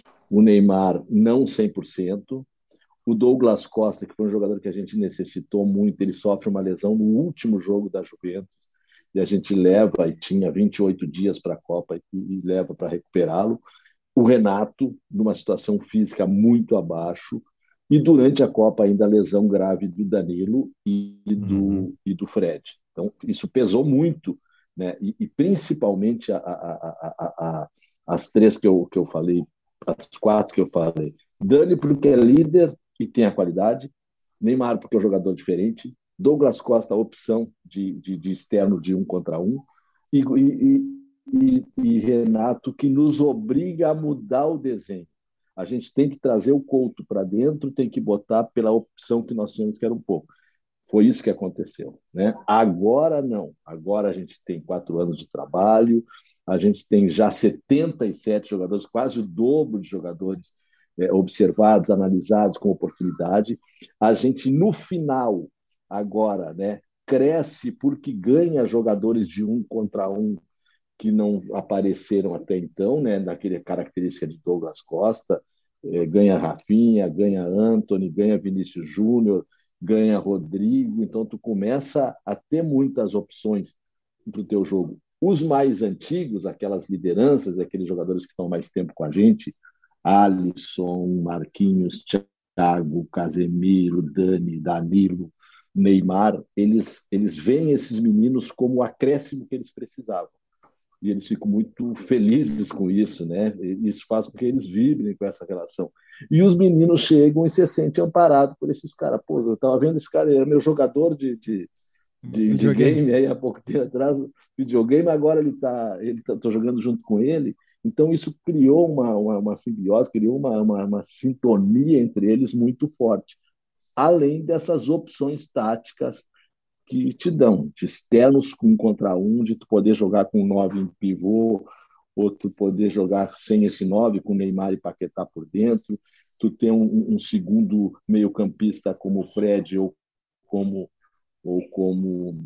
o Neymar não cem por cento, o Douglas Costa, que foi um jogador que a gente necessitou muito, ele sofre uma lesão no último jogo da Juventus, e a gente leva, e tinha vinte e oito dias para a Copa, e, e leva para recuperá-lo. O Renato, numa situação física muito abaixo, e durante a Copa ainda a lesão grave do Danilo e uhum. do, e do Fred. Então, isso pesou muito, né? E, e principalmente a, a, a, a, as três que eu, que eu falei, as quatro que eu falei. Dani, porque é líder e tem a qualidade. Neymar, porque é um jogador diferente. Douglas Costa, a opção de, de, de externo de um contra um. E, e, e, e Renato, que nos obriga a mudar o desenho. A gente tem que trazer o Couto para dentro, tem que botar pela opção que nós tínhamos, que era um pouco. Foi isso que aconteceu, né? Agora não. Agora a gente tem quatro anos de trabalho, a gente tem já setenta e sete jogadores, quase o dobro de jogadores é, observados, analisados com oportunidade. A gente, no final, agora, né, cresce porque ganha jogadores de um contra um que não apareceram até então, né, naquela característica de Douglas Costa, é, ganha Rafinha, ganha Anthony, ganha Vinícius Júnior, ganha Rodrigo, então tu começa a ter muitas opções para o teu jogo. Os mais antigos, aquelas lideranças, aqueles jogadores que estão mais tempo com a gente, Alisson, Marquinhos, Thiago, Casemiro, Dani, Danilo, Neymar, eles, eles veem esses meninos como o acréscimo que eles precisavam e eles ficam muito felizes com isso, né? Isso faz com que eles vibrem com essa relação. E os meninos chegam e se sentem amparados por esses caras. Pô, eu estava vendo esse cara, ele era meu jogador de, de, de, de Videogame. game aí há pouco tempo atrás, videogame, agora ele está ele tá, tô jogando junto com ele. Então isso criou uma, uma, uma simbiose, criou uma, uma, uma sintonia entre eles muito forte. Além dessas opções táticas que te dão, de externos com um contra um, de tu poder jogar com nove em pivô, ou tu poder jogar sem esse nove, com Neymar e Paquetá por dentro, tu ter um, um segundo meio-campista como o Fred ou como, ou como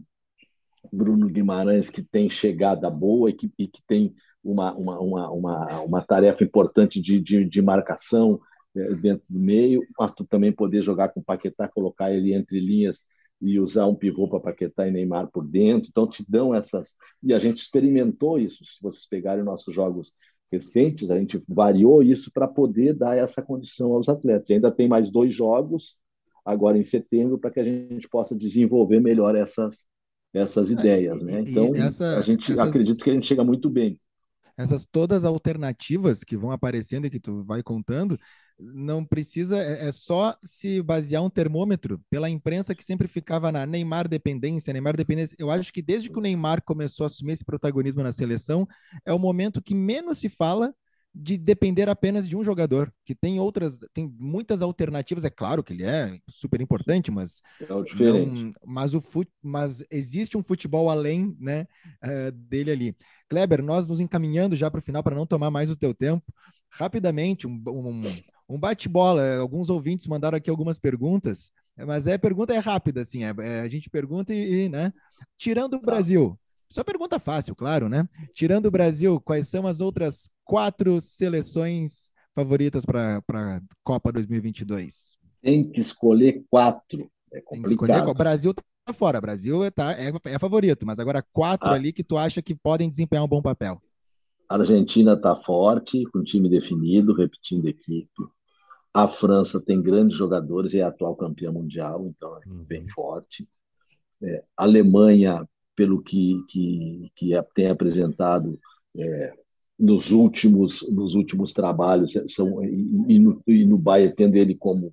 Bruno Guimarães, que tem chegada boa e que, e que tem uma, uma, uma, uma, uma tarefa importante de, de, de marcação é, dentro do meio, mas tu também poder jogar com o Paquetá, colocar ele entre linhas e usar um pivô para Paquetá e Neymar por dentro. Então, te dão essas. E a gente experimentou isso. Se vocês pegarem nossos jogos recentes, a gente variou isso para poder dar essa condição aos atletas. E ainda tem mais dois jogos agora em setembro para que a gente possa desenvolver melhor essas, essas Ah, ideias, E, né? e- e Então, a essa, gente essas, acredita que a gente chega muito bem. essas todas alternativas que vão aparecendo e que tu vai contando, não precisa, é, é só se basear um termômetro pela imprensa que sempre ficava na Neymar dependência, Neymar dependência. Eu acho que desde que o Neymar começou a assumir esse protagonismo na seleção, é o momento que menos se fala de depender apenas de um jogador, que tem outras, tem muitas alternativas. É claro que ele é super importante, mas É o diferente. não, mas o fut, mas existe um futebol além, né, uh, dele ali. Kleber, nós nos encaminhando já para o final para não tomar mais o teu tempo, rapidamente um, um, um bate-bola. Alguns ouvintes mandaram aqui algumas perguntas, mas é pergunta é rápida assim, é, é, a gente pergunta e, e né, tirando o Tá. Brasil. Só pergunta fácil, claro, né? Tirando o Brasil, quais são as outras quatro seleções favoritas para a Copa dois mil e vinte e dois? Tem que escolher quatro. É Tem que escolher qual. complicado. O Brasil tá fora. O Brasil tá, é, é favorito, mas agora quatro A ali que tu acha que podem desempenhar um bom papel. Argentina está forte, com time definido, repetindo equipe. A França tem grandes jogadores e é atual campeã mundial, então é bem Uhum. forte. A Alemanha, pelo que, que, que tem apresentado é, nos, últimos, nos últimos trabalhos, são, e, e, no, e no Bayern, tendo ele como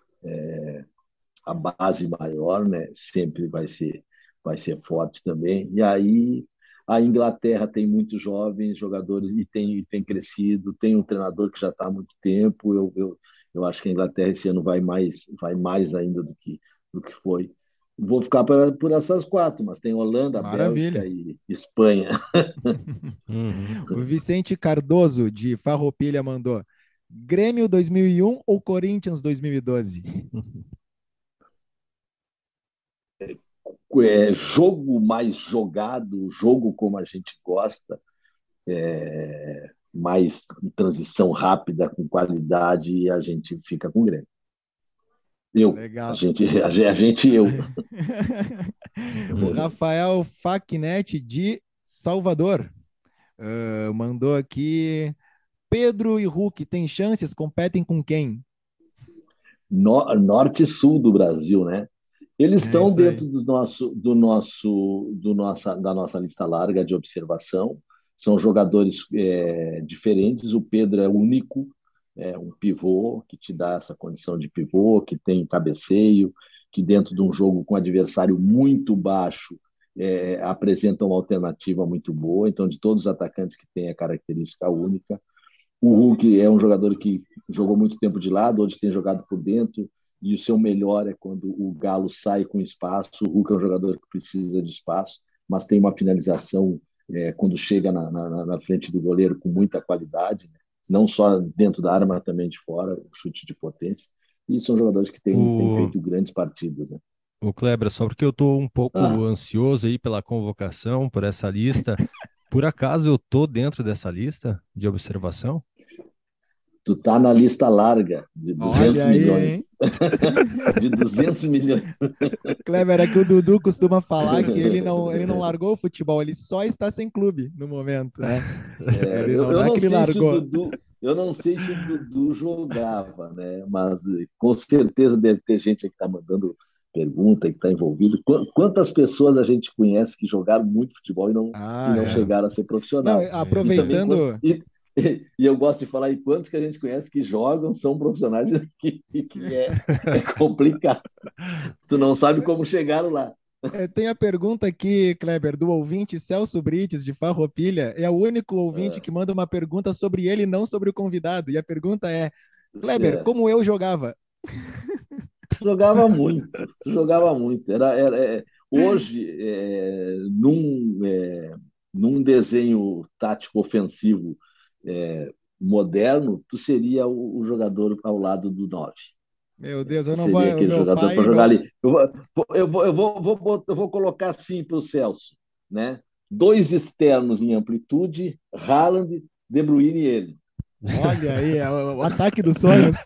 a base maior, né, sempre vai ser, vai ser forte também. E aí a Inglaterra tem muitos jovens jogadores e tem, e tem crescido, tem um treinador que já está há muito tempo. Eu, eu, eu acho que a Inglaterra esse ano vai mais, vai mais ainda do que, do que foi. Vou ficar por, por essas quatro, mas tem Holanda, Bélgica Maravilha. e Espanha. Uhum. O Vicente Cardoso, de Farroupilha, mandou Grêmio dois mil e um ou Corinthians dois mil e doze? É, jogo mais jogado, jogo como a gente gosta, é, mais transição rápida, com qualidade, e a gente fica com o Grêmio. Eu, a Legal. gente, a gente, a gente eu. O Rafael Facnet, de Salvador, uh, mandou aqui Pedro e Hulk têm chances? Competem com quem? No, norte e sul do Brasil, né? Eles É estão isso aí. dentro do nosso, do nosso, do nossa, da nossa lista larga de observação. São jogadores é, diferentes. O Pedro é único, é um pivô que te dá essa condição de pivô, que tem cabeceio, que dentro de um jogo com adversário muito baixo é, apresenta uma alternativa muito boa. Então, de todos os atacantes que tem a característica única, o Hulk é um jogador que jogou muito tempo de lado, hoje tem jogado por dentro, e o seu melhor é quando o Galo sai com espaço. O Hulk é um jogador que precisa de espaço, mas tem uma finalização é, quando chega na, na, na, frente do goleiro com muita qualidade, né? Não só dentro da área, mas também de fora, um chute de potência. E são jogadores que têm, têm O, feito grandes partidas. Né? o Kleber, só porque eu estou um pouco Ah, ansioso aí pela convocação, por essa lista. Por acaso eu tô dentro dessa lista de observação? tu tá na lista larga de duzentos Olha aí, milhões. hein? De duzentos milhões. Kleber, é que o Dudu costuma falar que ele não, ele não largou o futebol, ele só está sem clube no momento, né? É, Ele eu, não, eu não é não que ele sei se o largou. Dudu, eu não sei se o Dudu jogava, né? Mas eh, com certeza deve ter gente aí que está mandando pergunta, que está envolvido. Qu- Quantas pessoas a gente conhece que jogaram muito futebol e não, e Ah, não é. É, chegaram a ser Não, profissional? é E isso aí. também quant- aproveitando. e, e eu gosto de falar em quantos que a gente conhece que jogam, são profissionais que, que é, é complicado. Tu não sabe como chegaram lá. É, tem a pergunta aqui, Kleber, do ouvinte Celso Brites, de Farroupilha. É o único ouvinte que manda uma pergunta sobre ele, não sobre o convidado. E a pergunta é: Kleber, É, como eu jogava? jogava muito, tu jogava muito. Era, era, é, hoje, é, num, é, num desenho tático ofensivo é, moderno, tu seria o, o jogador ao lado do nove. Meu É, Deus, eu tu não vou. seria O aquele meu jogador para pai, jogar meu. ali. Eu vou, eu vou, eu vou, vou, vou, eu vou colocar assim para o Celso, né? Dois externos em amplitude, Haaland, De Bruyne e ele. Olha aí, é o, o ataque dos sonhos.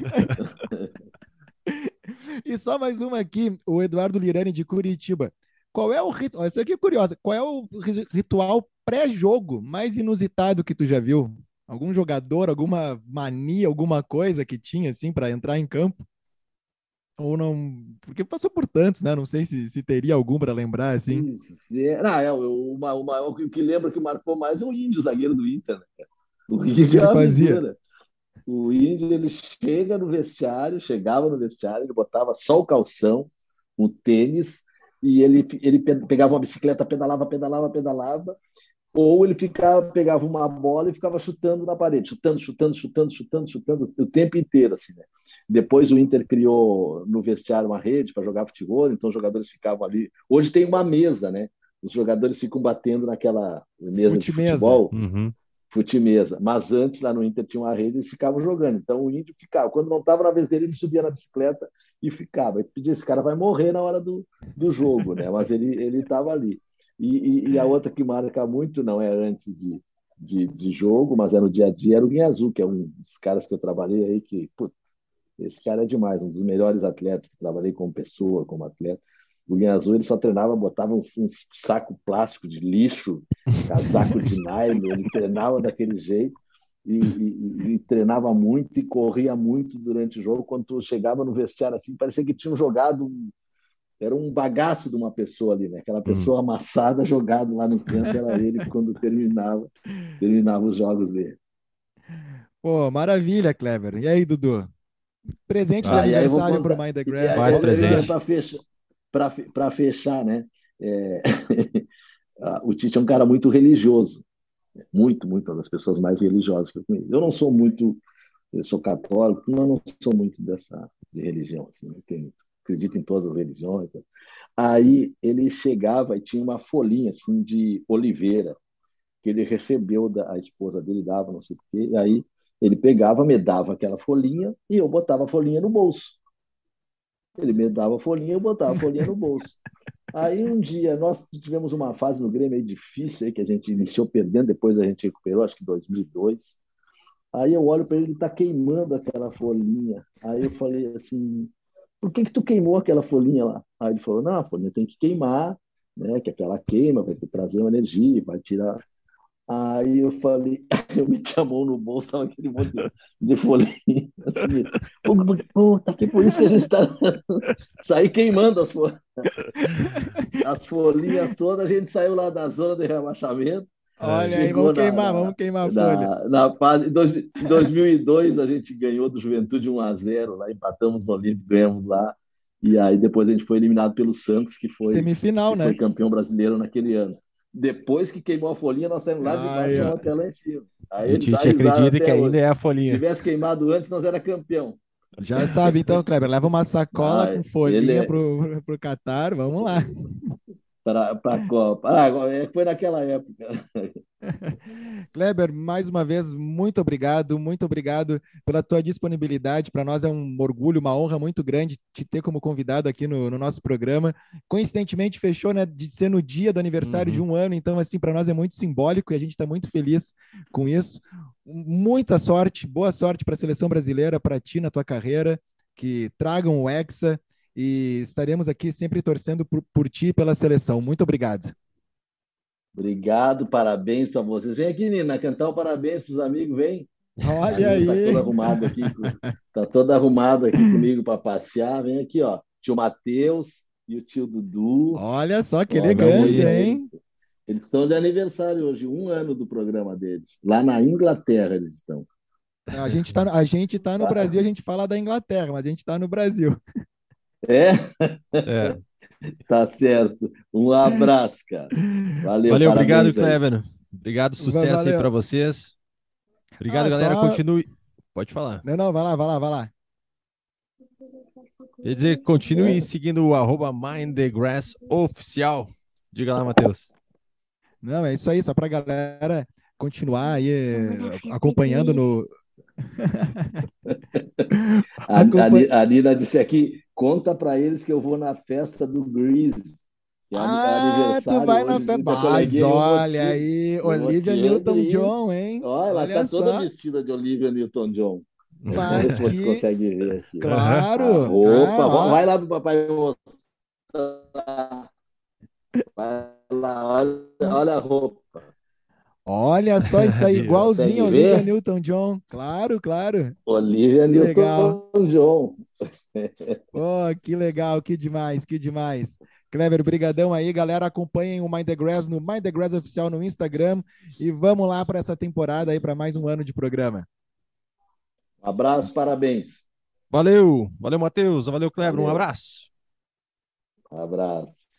E só mais uma aqui, o Eduardo Lirani, de Curitiba. Qual é o ritual? Isso aqui é curioso. Qual é o ri- ritual pré-jogo mais inusitado que tu já viu? Algum jogador, alguma mania, alguma coisa que tinha assim para entrar em campo? Ou não? Porque passou por tantos, né? Não sei se, se teria algum para lembrar, assim. Pois é. Não, é, uma, uma, o que lembra que marcou mais é o Índio, o zagueiro do Inter, né? O O que que Índio é ele uma fazia? viseira. O Índio, ele chega no vestiário, chegava no vestiário, ele botava só o calção, o tênis, e ele, ele pegava uma bicicleta, pedalava, pedalava, pedalava, ou ele ficava, pegava uma bola e ficava chutando na parede, chutando, chutando, chutando, chutando, chutando o tempo inteiro, assim, né? Depois o Inter criou no vestiário uma rede para jogar futebol, então os jogadores ficavam ali. Hoje tem uma mesa, né? Os jogadores ficam batendo naquela mesa de Fute-mesa. futebol, Uhum. fute-mesa. Mas antes, lá no Inter, tinha uma rede e eles ficavam jogando. Então o Índio ficava. Quando não estava na vez dele, ele subia na bicicleta e ficava. Aí pedia, esse cara vai morrer na hora do, do jogo, né? Mas ele ele estava ali. E, e, e, a outra que marca muito, não é antes de, de, de, jogo, mas é no dia a dia, era o Guinhazu, que é um dos caras que eu trabalhei aí, que, putz, esse cara é demais, um dos melhores atletas que trabalhei como pessoa, como atleta. O Guinhazu, ele só treinava, botava um, um saco plástico de lixo, casaco de nylon, ele treinava daquele jeito e, e, e, treinava muito e corria muito durante o jogo. Quando tu chegava no vestiário assim, parecia que tinham jogado um, era um bagaço de uma pessoa ali, né? Aquela Uhum. pessoa amassada jogado lá no canto era ele quando terminava terminava os jogos dele. Pô, maravilha, Kleber. E aí, Dudu? Presente de Ah, e aí eu vou aniversário pro contar. Mind the E Grass, Baita volta já. presente. para fechar, para fechar, né? É, o Tite é um cara muito religioso, muito, muito, uma das pessoas mais religiosas que eu conheço. Eu não sou muito, eu sou católico, mas não sou muito dessa de religião, assim, não tenho, acredito em todas as religiões. Aí ele chegava e tinha uma folhinha assim de oliveira que ele recebeu da a esposa dele dava, não sei o quê. E aí ele pegava, me dava aquela folhinha e eu botava a folhinha no bolso. Ele me dava a folhinha, eu botava a folhinha no bolso. Aí um dia nós tivemos uma fase no Grêmio aí difícil aí que a gente iniciou perdendo, depois a gente recuperou, acho que em dois mil e dois. Aí eu olho para ele, ele está queimando aquela folhinha. Aí eu falei assim, por que que tu queimou aquela folhinha lá? Aí ele falou, não, a folhinha tem que queimar, né? Que aquela queima vai trazer uma energia, vai tirar. Aí eu falei, eu meti a mão no bolso, tava aquele monte de, de folhinha, assim, puta, que por isso que a gente tá saí queimando as, fol as folhinhas todas, a gente saiu lá da zona de rebaixamento, É. Olha aí, vamos chegou na, queimar, vamos na, queimar a folha. na, na fase, em, dois, em dois mil e dois a gente ganhou do Juventude um a zero lá, empatamos no Olímpico, ganhamos lá, e aí depois a gente foi eliminado pelo Santos, que foi, Semifinal, que né? foi campeão brasileiro naquele ano. Depois que queimou a folhinha, nós saímos lá de Aí, baixo ó. até lá em cima. Aí E o ele dá Tite risada acredita que até ainda hoje. é a Se folhinha. tivesse queimado antes, nós era campeão. Já sabe então, Kleber, leva uma sacola Ah, com ele folhinha é pro, pro Catar, vamos lá. para a Copa. Ah, foi naquela época. Kleber, mais uma vez, muito obrigado, muito obrigado pela tua disponibilidade. Para nós é um orgulho, uma honra muito grande te ter como convidado aqui no, no nosso programa. Coincidentemente, fechou, né, de ser no dia do aniversário de Uhum. um ano, então, assim, para nós é muito simbólico e a gente está muito feliz com isso. Muita sorte, boa sorte para a seleção brasileira, para ti na tua carreira, que tragam o Hexa e estaremos aqui sempre torcendo por, por ti e pela seleção. Muito obrigado. Obrigado, parabéns para vocês. Vem aqui, Nina, cantar o parabéns para os amigos, vem. A Olha Nina está toda aí! arrumada aqui, está toda arrumada aqui comigo para passear. Vem aqui, ó. Tio Matheus e o tio Dudu. Olha só que Ó, dá um oi elegância, para eles. hein? Eles estão de aniversário hoje, um ano do programa deles. Lá na Inglaterra eles estão. A gente tá, a gente tá no Brasil, a gente fala da Inglaterra, mas a gente tá no Brasil. É? É. Tá certo. Um abraço, cara. Valeu, Valeu, obrigado, parabéns aí. Kleber. Obrigado, sucesso aí Valeu. para vocês. Obrigado, Ah, galera. só. Continue. Pode falar. Não, não, vai lá, vai lá, vai lá. Quer dizer, continue É? seguindo o arroba Mind the Grass oficial. Diga lá, Matheus. Não, é isso aí, só pra galera continuar aí eh, acompanhando no. A, Acompanha... a, a Nina disse aqui: conta para eles que eu vou na festa do Grease, que é Ah, tu aniversário vai na hoje do festa. Mas Intercoleguinha, e eu vou olha te, aí, eu vou Olivia te ver, Grease. Newton-John, hein? Olha, ela tá Olha toda só. vestida de Olivia Newton-John. Vamos ver Mas se vocês que. conseguem ver aqui. A Claro! Ah, roupa, ó. vai lá pro papai mostrar. Vai lá, olha, olha a roupa. Olha só, está igualzinho a Consegue Olivia ver? Newton-John. Claro, claro. Olivia Que legal. Newton-John. Oh, que legal, que demais, que demais. Kleber, brigadão aí, galera. Acompanhem o Mind the Grass no Mind the Grass Oficial no Instagram e vamos lá para essa temporada aí, para mais um ano de programa. Um abraço, parabéns. Valeu, valeu, Matheus. Valeu, Kleber. Um Valeu. abraço. Um abraço.